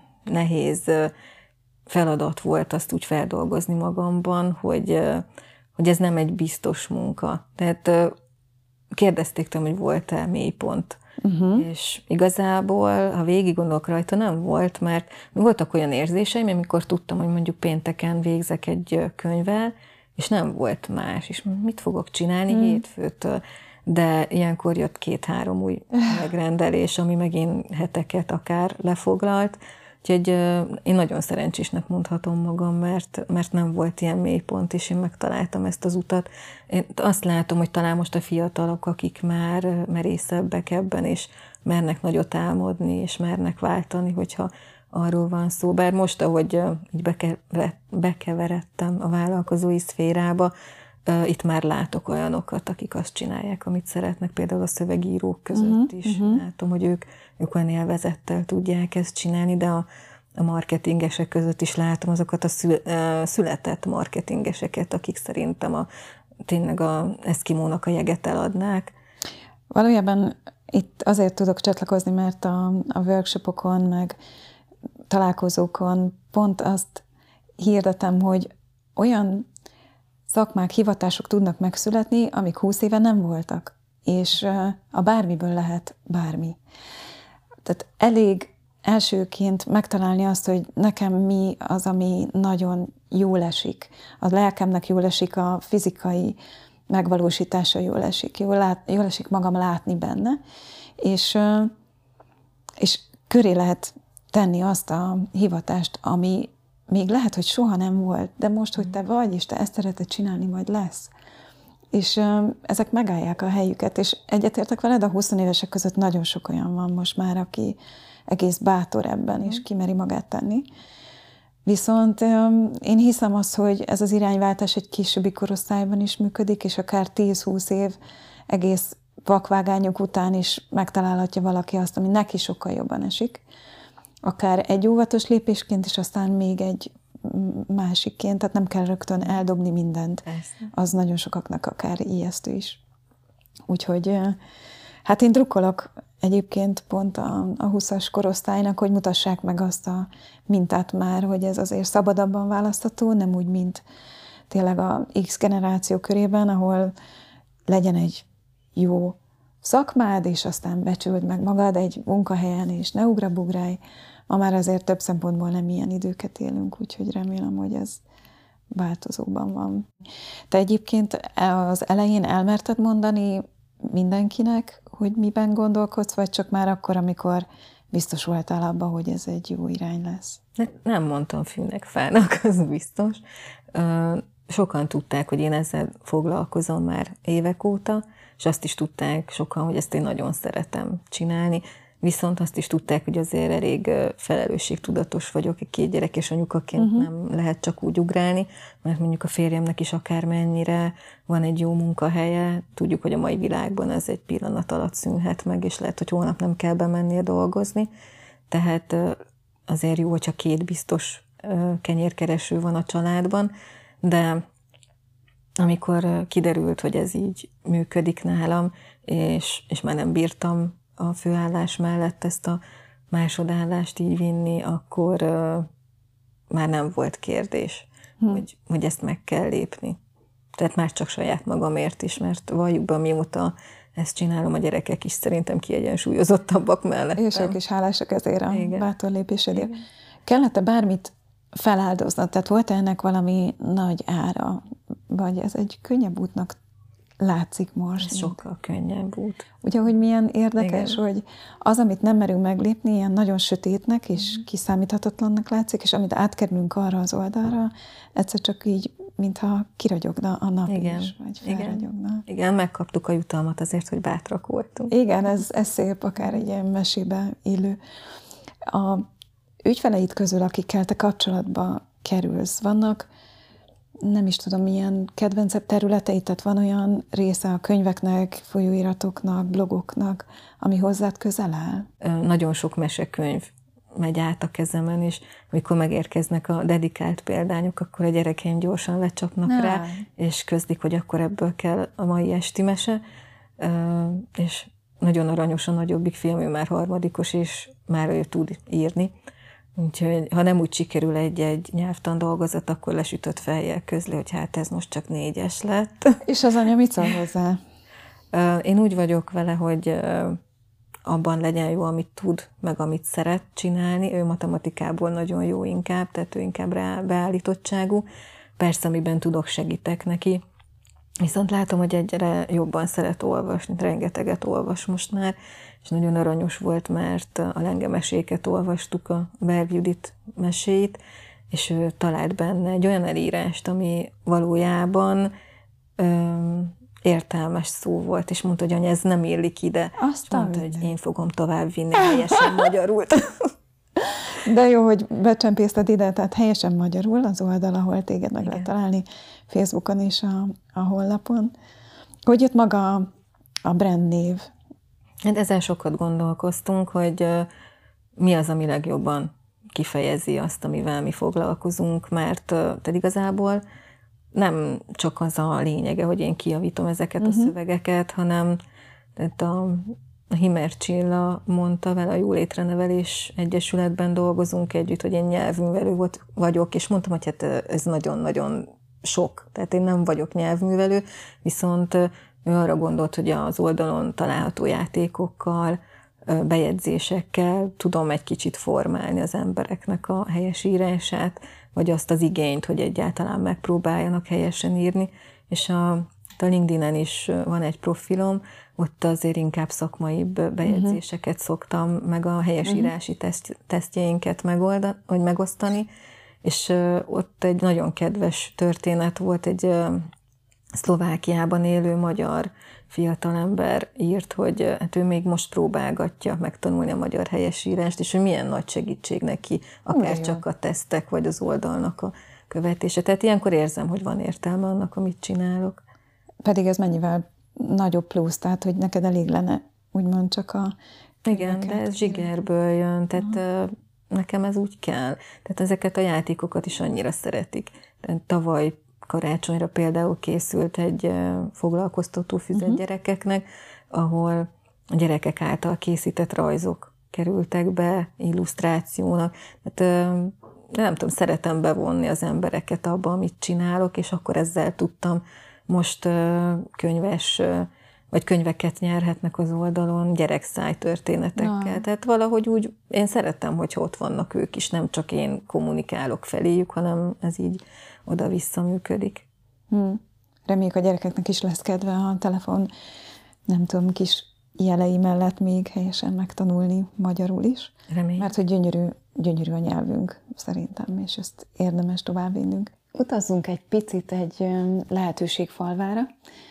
nehéz feladat volt azt úgy feldolgozni magamban, hogy, hogy ez nem egy biztos munka. Tehát kérdezték tőlem, hogy volt-e mélypont. Uh-huh. És igazából, ha végig gondolok rajta, nem volt, mert voltak olyan érzéseim, amikor tudtam, hogy mondjuk pénteken végzek egy könyvvel, és nem volt más, és mit fogok csinálni hmm. hétfőtől. De ilyenkor jött két-három új megrendelés, ami megint heteket akár lefoglalt. Úgyhogy én nagyon szerencsésnek mondhatom magam, mert, mert nem volt ilyen mélypont, és én megtaláltam ezt az utat. Én azt látom, hogy talán most a fiatalok, akik már merészebbek ebben, és mernek nagyot álmodni, és mernek váltani, hogyha arról van szó. Bár most, ahogy így bekeveredtem a vállalkozói szférába, itt már látok olyanokat, akik azt csinálják, amit szeretnek, például a szövegírók között uh-huh, is. Uh-huh. Látom, hogy ők, ők olyan élvezettel tudják ezt csinálni, de a, a marketingesek között is látom azokat a szül, született marketingeseket, akik szerintem a, tényleg a eszkimónak a jeget eladnák. Valójában itt azért tudok csatlakozni, mert a, a workshopokon, meg találkozókon pont azt hirdetem, hogy olyan szakmák, hivatások tudnak megszületni, amik húsz éve nem voltak. És a bármiből lehet bármi. Tehát elég elsőként megtalálni azt, hogy nekem mi az, ami nagyon jól esik. A lelkemnek jól esik, a fizikai megvalósítása jól esik. Jól, lát, jól esik magam látni benne. És, és köré lehet tenni azt a hivatást, ami még lehet, hogy soha nem volt, de most, hogy te vagy, és te ezt szereted csinálni, majd lesz. És uh, ezek megállják a helyüket, és egyetértek veled, a húsz évesek között nagyon sok olyan van most már, aki egész bátor ebben, és kimeri magát tenni. Viszont um, én hiszem azt, hogy ez az irányváltás egy későbbi korosztályban is működik, és akár tíz-húsz év egész vakvágányok után is megtalálhatja valaki azt, ami neki sokkal jobban esik. Akár egy óvatos lépésként, és aztán még egy másikként, tehát nem kell rögtön eldobni mindent. Persze. Az nagyon sokaknak akár ijesztő is. Úgyhogy hát én drukkolok egyébként pont a, a húszas korosztálynak, hogy mutassák meg azt a mintát már, hogy ez azért szabadabban választható, nem úgy, mint tényleg a X generáció körében, ahol legyen egy jó szakmád, és aztán becsüld meg magad egy munkahelyen, és ne ugrabugrálj. Ma már azért több szempontból nem ilyen időket élünk, úgyhogy remélem, hogy ez változóban van. Te egyébként az elején elmerted mondani mindenkinek, hogy miben gondolkodsz, vagy csak már akkor, amikor biztos voltál abban, hogy ez egy jó irány lesz? Nem mondtam fűnek fának, az biztos. Sokan tudták, hogy én ezzel foglalkozom már évek óta, és azt is tudták sokan, hogy ezt én nagyon szeretem csinálni, viszont azt is tudták, hogy azért elég felelősségtudatos vagyok, egy két gyerekes anyukaként uh-huh. nem lehet csak úgy ugrálni, mert mondjuk a férjemnek is akármennyire van egy jó munkahelye, tudjuk, hogy a mai világban ez egy pillanat alatt szűnhet meg, és lehet, hogy holnap nem kell bemennie dolgozni, tehát azért jó, hogyha két biztos kenyérkereső van a családban, de amikor kiderült, hogy ez így működik nálam, és, és már nem bírtam a főállás mellett ezt a másodállást így vinni, akkor uh, már nem volt kérdés, hmm. hogy, hogy ezt meg kell lépni. Tehát már csak saját magamért is, mert valljuk be, mióta ezt csinálom, a gyerekek is szerintem kiegyensúlyozottabbak mellett. És ők is hálásak ezért a Igen. bátor lépésedért. Kellett-e bármit feláldoznod? Tehát volt ennek valami nagy ára? Vagy ez egy könnyebb útnak látszik most? Ez sokkal könnyebb út. Ugye, hogy milyen érdekes, Igen. hogy az, amit nem merünk meglépni, ilyen nagyon sötétnek és mm. kiszámíthatatlannak látszik, és amit átkerülünk arra az oldalra, egyszer csak így, mintha kiragyogna a nap Igen. is, vagy felragyogna. Igen. Igen, megkaptuk a jutalmat azért, hogy bátrak voltunk. Igen, ez, ez szép, akár egy ilyen mesébe illő. A ügyfeleid közül, akikkel te kapcsolatba kerülsz, vannak, nem is tudom, milyen kedvencebb területeit, tehát van olyan része a könyveknek, folyóiratoknak, blogoknak, ami hozzád közel áll? Nagyon sok mesekönyv megy át a kezemen, és amikor megérkeznek a dedikált példányok, akkor a gyerekeim gyorsan lecsapnak Na. rá, és közlik, hogy akkor ebből kell a mai esti mese, és nagyon aranyos a nagyobbik fiam, ő már harmadikos, és már ő tud írni. Úgyhogy ha nem úgy sikerül egy-egy nyelvtan dolgozat, akkor lesütött fejjel közli, hogy hát ez most csak négyes lett. És az anya mit szól hozzá? Én úgy vagyok vele, hogy abban legyen jó, amit tud, meg amit szeret csinálni. Ő matematikából nagyon jó inkább, tehát ő inkább rá beállítottságú. Persze, amiben tudok, segítek neki. Viszont látom, hogy egyre jobban szeret olvasni, rengeteget olvas most már, és nagyon aranyos volt, mert a lengemeséket olvastuk, a Berg Judit meséit, és ő talált benne egy olyan elírást, ami valójában öm, értelmes szó volt, és mondta, hogy anya, ez nem illik ide. Azt és mondta, hogy én fogom tovább vinni helyesen magyarul. De jó, hogy becsempészted ide, tehát helyesen magyarul az oldal, ahol téged meg Igen. lehet találni, Facebookon és a, a honlapon. Hogy jött maga a, a brand név? Hát ezen sokat gondolkoztunk, hogy mi az, ami legjobban kifejezi azt, amivel mi foglalkozunk, mert tehát igazából nem csak az a lényege, hogy én kijavítom ezeket uh-huh. a szövegeket, hanem tehát a, a Himer Csilla mondta, vele a Jólétre Nevelés Egyesületben dolgozunk együtt, hogy én nyelvművelő volt, vagyok, és mondtam, hogy hát ez nagyon-nagyon sok, tehát én nem vagyok nyelvművelő, viszont ő arra gondolt, hogy az oldalon található játékokkal, bejegyzésekkel tudom egy kicsit formálni az embereknek a helyesírását, vagy azt az igényt, hogy egyáltalán megpróbáljanak helyesen írni, és a, a LinkedIn-en is van egy profilom, ott azért inkább szakmaibb bejegyzéseket uh-huh. szoktam, meg a helyesírási uh-huh. teszt, tesztjeinket megolda, vagy megosztani, és uh, ott egy nagyon kedves történet volt, egy uh, Szlovákiában élő magyar fiatalember írt, hogy hát ő még most próbálgatja megtanulni a magyar helyesírást, és hogy milyen nagy segítség neki, akár csak a tesztek, vagy az oldalnak a követése. Tehát ilyenkor érzem, hogy van értelme annak, amit csinálok. Pedig ez mennyivel nagyobb plusz, tehát hogy neked elég lenne, úgymond csak a... Igen, de ez zsigerből jön, tehát uh-huh. nekem ez úgy kell. Tehát ezeket a játékokat is annyira szeretik. Tehát tavaly karácsonyra például készült egy foglalkoztató füzet uh-huh. gyerekeknek, ahol a gyerekek által készített rajzok kerültek be illusztrációnak. Hát, nem tudom, szeretem bevonni az embereket abba, amit csinálok, és akkor ezzel tudtam most könyves, vagy könyveket nyerhetnek az oldalon gyerekszáj történetekkel. Ja. Tehát valahogy úgy, én szeretem, hogyha ott vannak ők is, nem csak én kommunikálok feléjük, hanem ez így oda-vissza működik. Hmm. Reméljük, a gyerekeknek is lesz kedve a telefon, nem tudom, kis jelei mellett még helyesen megtanulni magyarul is. Reméljük. Mert hogy gyönyörű, gyönyörű a nyelvünk szerintem, és ezt érdemes továbbvinnünk. Utazzunk egy picit egy lehetőségfalvára,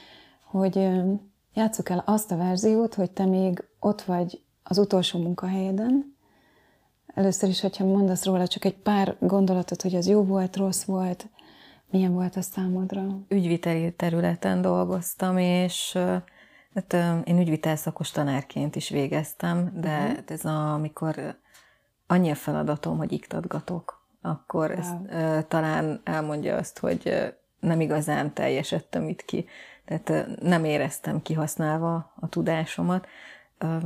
hogy játsszuk el azt a verziót, hogy te még ott vagy az utolsó munkahelyeden. Először is, hogyha mondasz róla csak egy pár gondolatot, hogy az jó volt, rossz volt, milyen volt a számodra? Ügyviteli területen dolgoztam, és hát, én ügyvitelszakos tanárként is végeztem, de uh-huh. ez a, amikor annyi a feladatom, hogy iktatgatok, akkor wow. ezt uh, talán elmondja azt, hogy uh, nem igazán teljesedtem itt ki. Tehát uh, nem éreztem kihasználva a tudásomat. Uh,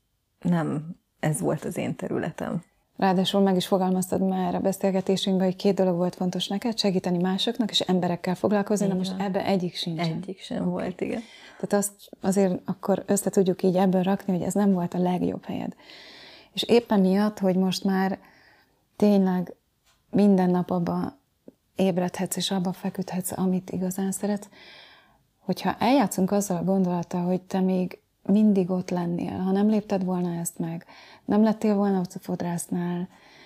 nem ez volt az én területem. Ráadásul meg is fogalmaztad már a beszélgetésünkben, hogy két dolog volt fontos neked, segíteni másoknak, és emberekkel foglalkozni, de most ebben egyik sincsen. Egyik sem okay. volt, igen. Tehát azt azért akkor össze tudjuk így ebből rakni, hogy ez nem volt a legjobb helyed. És éppen miatt, hogy most már tényleg minden nap abba ébredhetsz, és abba feküdhetsz, amit igazán szeretsz, hogyha eljátszunk azzal a gondolattal, hogy te még mindig ott lennél, ha nem lépted volna ezt meg, nem lettél volna ott a fodrásznál,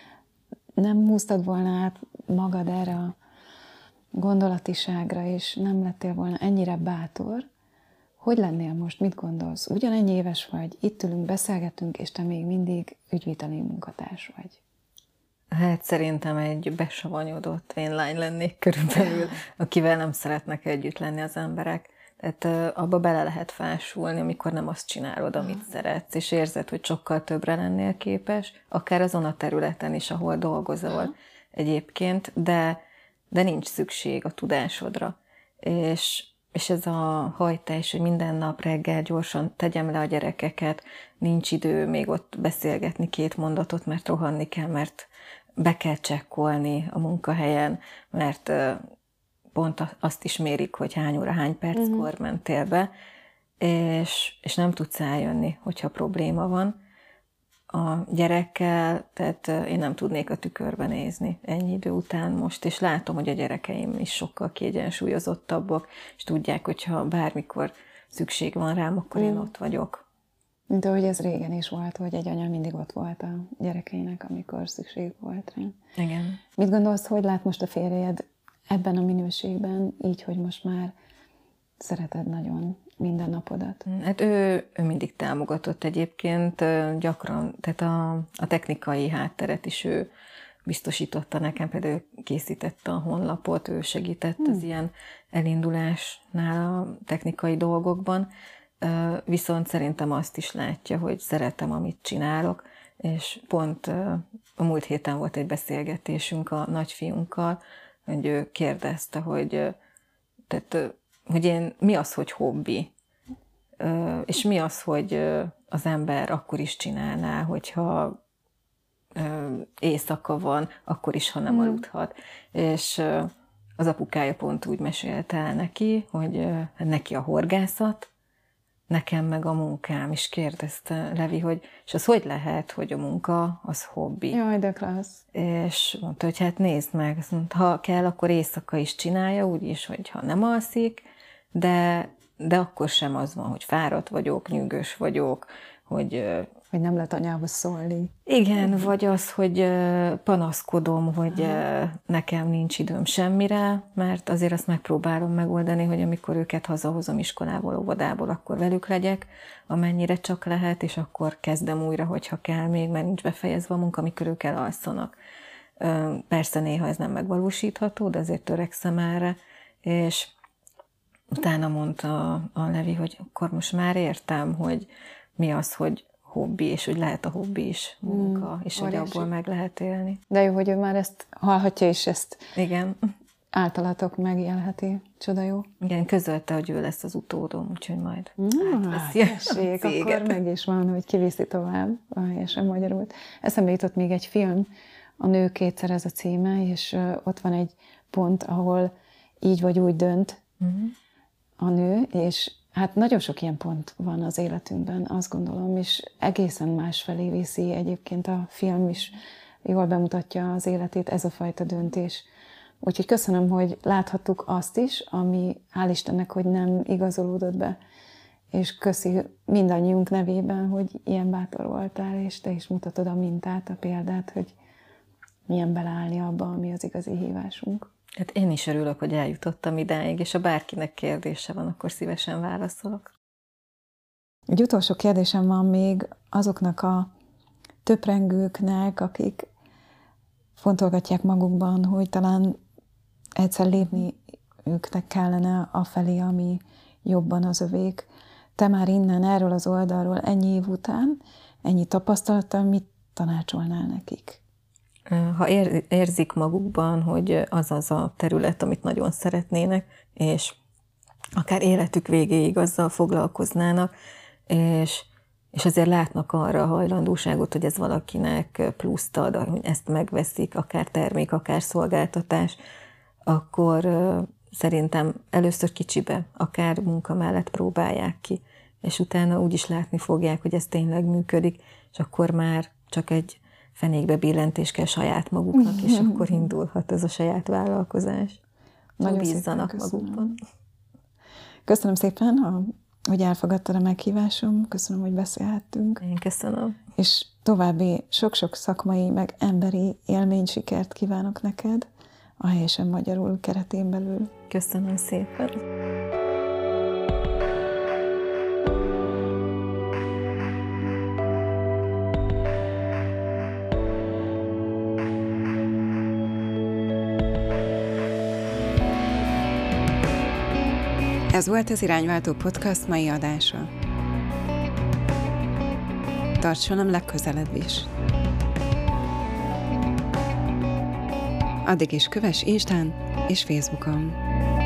nem húztad volna át magad erre a gondolatiságra, és nem lettél volna ennyire bátor, hogy lennél most, mit gondolsz? Ugyanennyi éves vagy, itt ülünk, beszélgetünk, és te még mindig ügyviteli munkatárs vagy. Hát szerintem egy besavanyodott vénlány lennék körülbelül, akivel nem szeretnek együtt lenni az emberek. Tehát abba bele lehet fásulni, amikor nem azt csinálod, amit szeretsz, és érzed, hogy sokkal többre lennél képes, akár azon a területen is, ahol dolgozol egyébként, de, de nincs szükség a tudásodra. És, és ez a hajtás, hogy minden nap reggel gyorsan tegyem le a gyerekeket, nincs idő még ott beszélgetni két mondatot, mert rohanni kell, mert be kell csekkolni a munkahelyen, mert pont azt is mérik, hogy hány óra, hány perckor uh-huh. mentél be, és, és nem tudsz eljönni, hogyha probléma van. A gyerekkel, tehát én nem tudnék a tükörbe nézni ennyi idő után most, és látom, hogy a gyerekeim is sokkal kiegyensúlyozottabbak, és tudják, hogyha bármikor szükség van rám, akkor én ott vagyok. Mint ahogy ez régen is volt, hogy egy anya mindig ott volt a gyerekeinek, amikor szükség volt rá. Igen. Mit gondolsz, hogy lát most a férjed ebben a minőségben, így, hogy most már szereted nagyon minden napodat? Hát ő, ő mindig támogatott egyébként, gyakran, tehát a, a technikai hátteret is ő biztosította nekem, például készítette a honlapot, ő segített hmm. az ilyen elindulásnál a technikai dolgokban, viszont szerintem azt is látja, hogy szeretem, amit csinálok, és pont a múlt héten volt egy beszélgetésünk a nagyfiunkkal, hogy ő kérdezte, hogy, tehát, hogy én, mi az, hogy hobbi, és mi az, hogy az ember akkor is csinálná, hogyha éjszaka van, akkor is, ha nem mm. aludhat. És az apukája pont úgy mesélte el neki, hogy neki a horgászat, nekem meg a munkám, és kérdezte Levi, hogy és az hogy lehet, hogy a munka az hobbi. Jaj, de klassz. És mondta, hogy hát nézd meg, mondta, ha kell, akkor éjszaka is csinálja, úgyis, hogy ha nem alszik, de, de akkor sem az van, hogy fáradt vagyok, nyűgös vagyok, hogy... Hogy nem lehet anyához szólni. Igen, vagy az, hogy panaszkodom, hogy Aha. nekem nincs időm semmire, mert azért azt megpróbálom megoldani, hogy amikor őket hazahozom iskolából, óvodából, akkor velük legyek, amennyire csak lehet, és akkor kezdem újra, hogyha kell még, mert nincs befejezve a munka, amikor ők elalszanak. Persze néha ez nem megvalósítható, de azért törekszem erre, és utána mondta a Levi, hogy akkor most már értem, hogy mi az, hogy hobbi, és hogy lehet a hobbi is munka, mm, és óriási. Hogy abból meg lehet élni. De jó, hogy ő már ezt hallhatja, és ezt igen. általatok megélheti. Csoda jó. Igen, közölte, hogy ő lesz az utódom, úgyhogy majd mm, átveszi a akkor meg is van, hogy kiviszi tovább, helyesen magyarul. Eszembe jutott még egy film, A nő kétszer ez a címe, és uh, ott van egy pont, ahol így vagy úgy dönt mm-hmm. a nő, és hát nagyon sok ilyen pont van az életünkben, azt gondolom, és egészen másfelé viszi egyébként a film is, jól bemutatja az életét, ez a fajta döntés. Úgyhogy köszönöm, hogy láthattuk azt is, ami hál' Istennek, hogy nem igazolódott be, és köszi mindannyiunk nevében, hogy ilyen bátor voltál, és te is mutatod a mintát, a példát, hogy milyen beleállni abba, ami az igazi hívásunk. Hát én is örülök, hogy eljutottam idáig, és ha bárkinek kérdése van, akkor szívesen válaszolok. Egy utolsó kérdésem van még azoknak a töprengőknek, akik fontolgatják magukban, hogy talán egyszer lépni őknek kellene afelé, ami jobban az övék. Te már innen, erről az oldalról ennyi év után, ennyi tapasztalattal mit tanácsolnál nekik? Ha ér, érzik magukban, hogy az az a terület, amit nagyon szeretnének, és akár életük végéig azzal foglalkoznának, és, és azért látnak arra a hajlandóságot, hogy ez valakinek pluszt ad, hogy ezt megveszik, akár termék, akár szolgáltatás, akkor szerintem először kicsibe, akár munka mellett próbálják ki, és utána úgy is látni fogják, hogy ez tényleg működik, és akkor már csak egy fenékbe billentés kell saját maguknak, és akkor indulhat ez a saját vállalkozás. Nagyon bízzanak magukban. Köszönöm szépen, hogy elfogadtad a meghívásom, köszönöm, hogy beszélhettünk. Én köszönöm. És további sok-sok szakmai, meg emberi élménysikert kívánok neked a Helyesen Magyarul keretén belül. Köszönöm szépen. Ez volt az Irányváltó Podcast mai adása. Tarts velem legközelebb is. Addig is kövess Instán és Facebookon.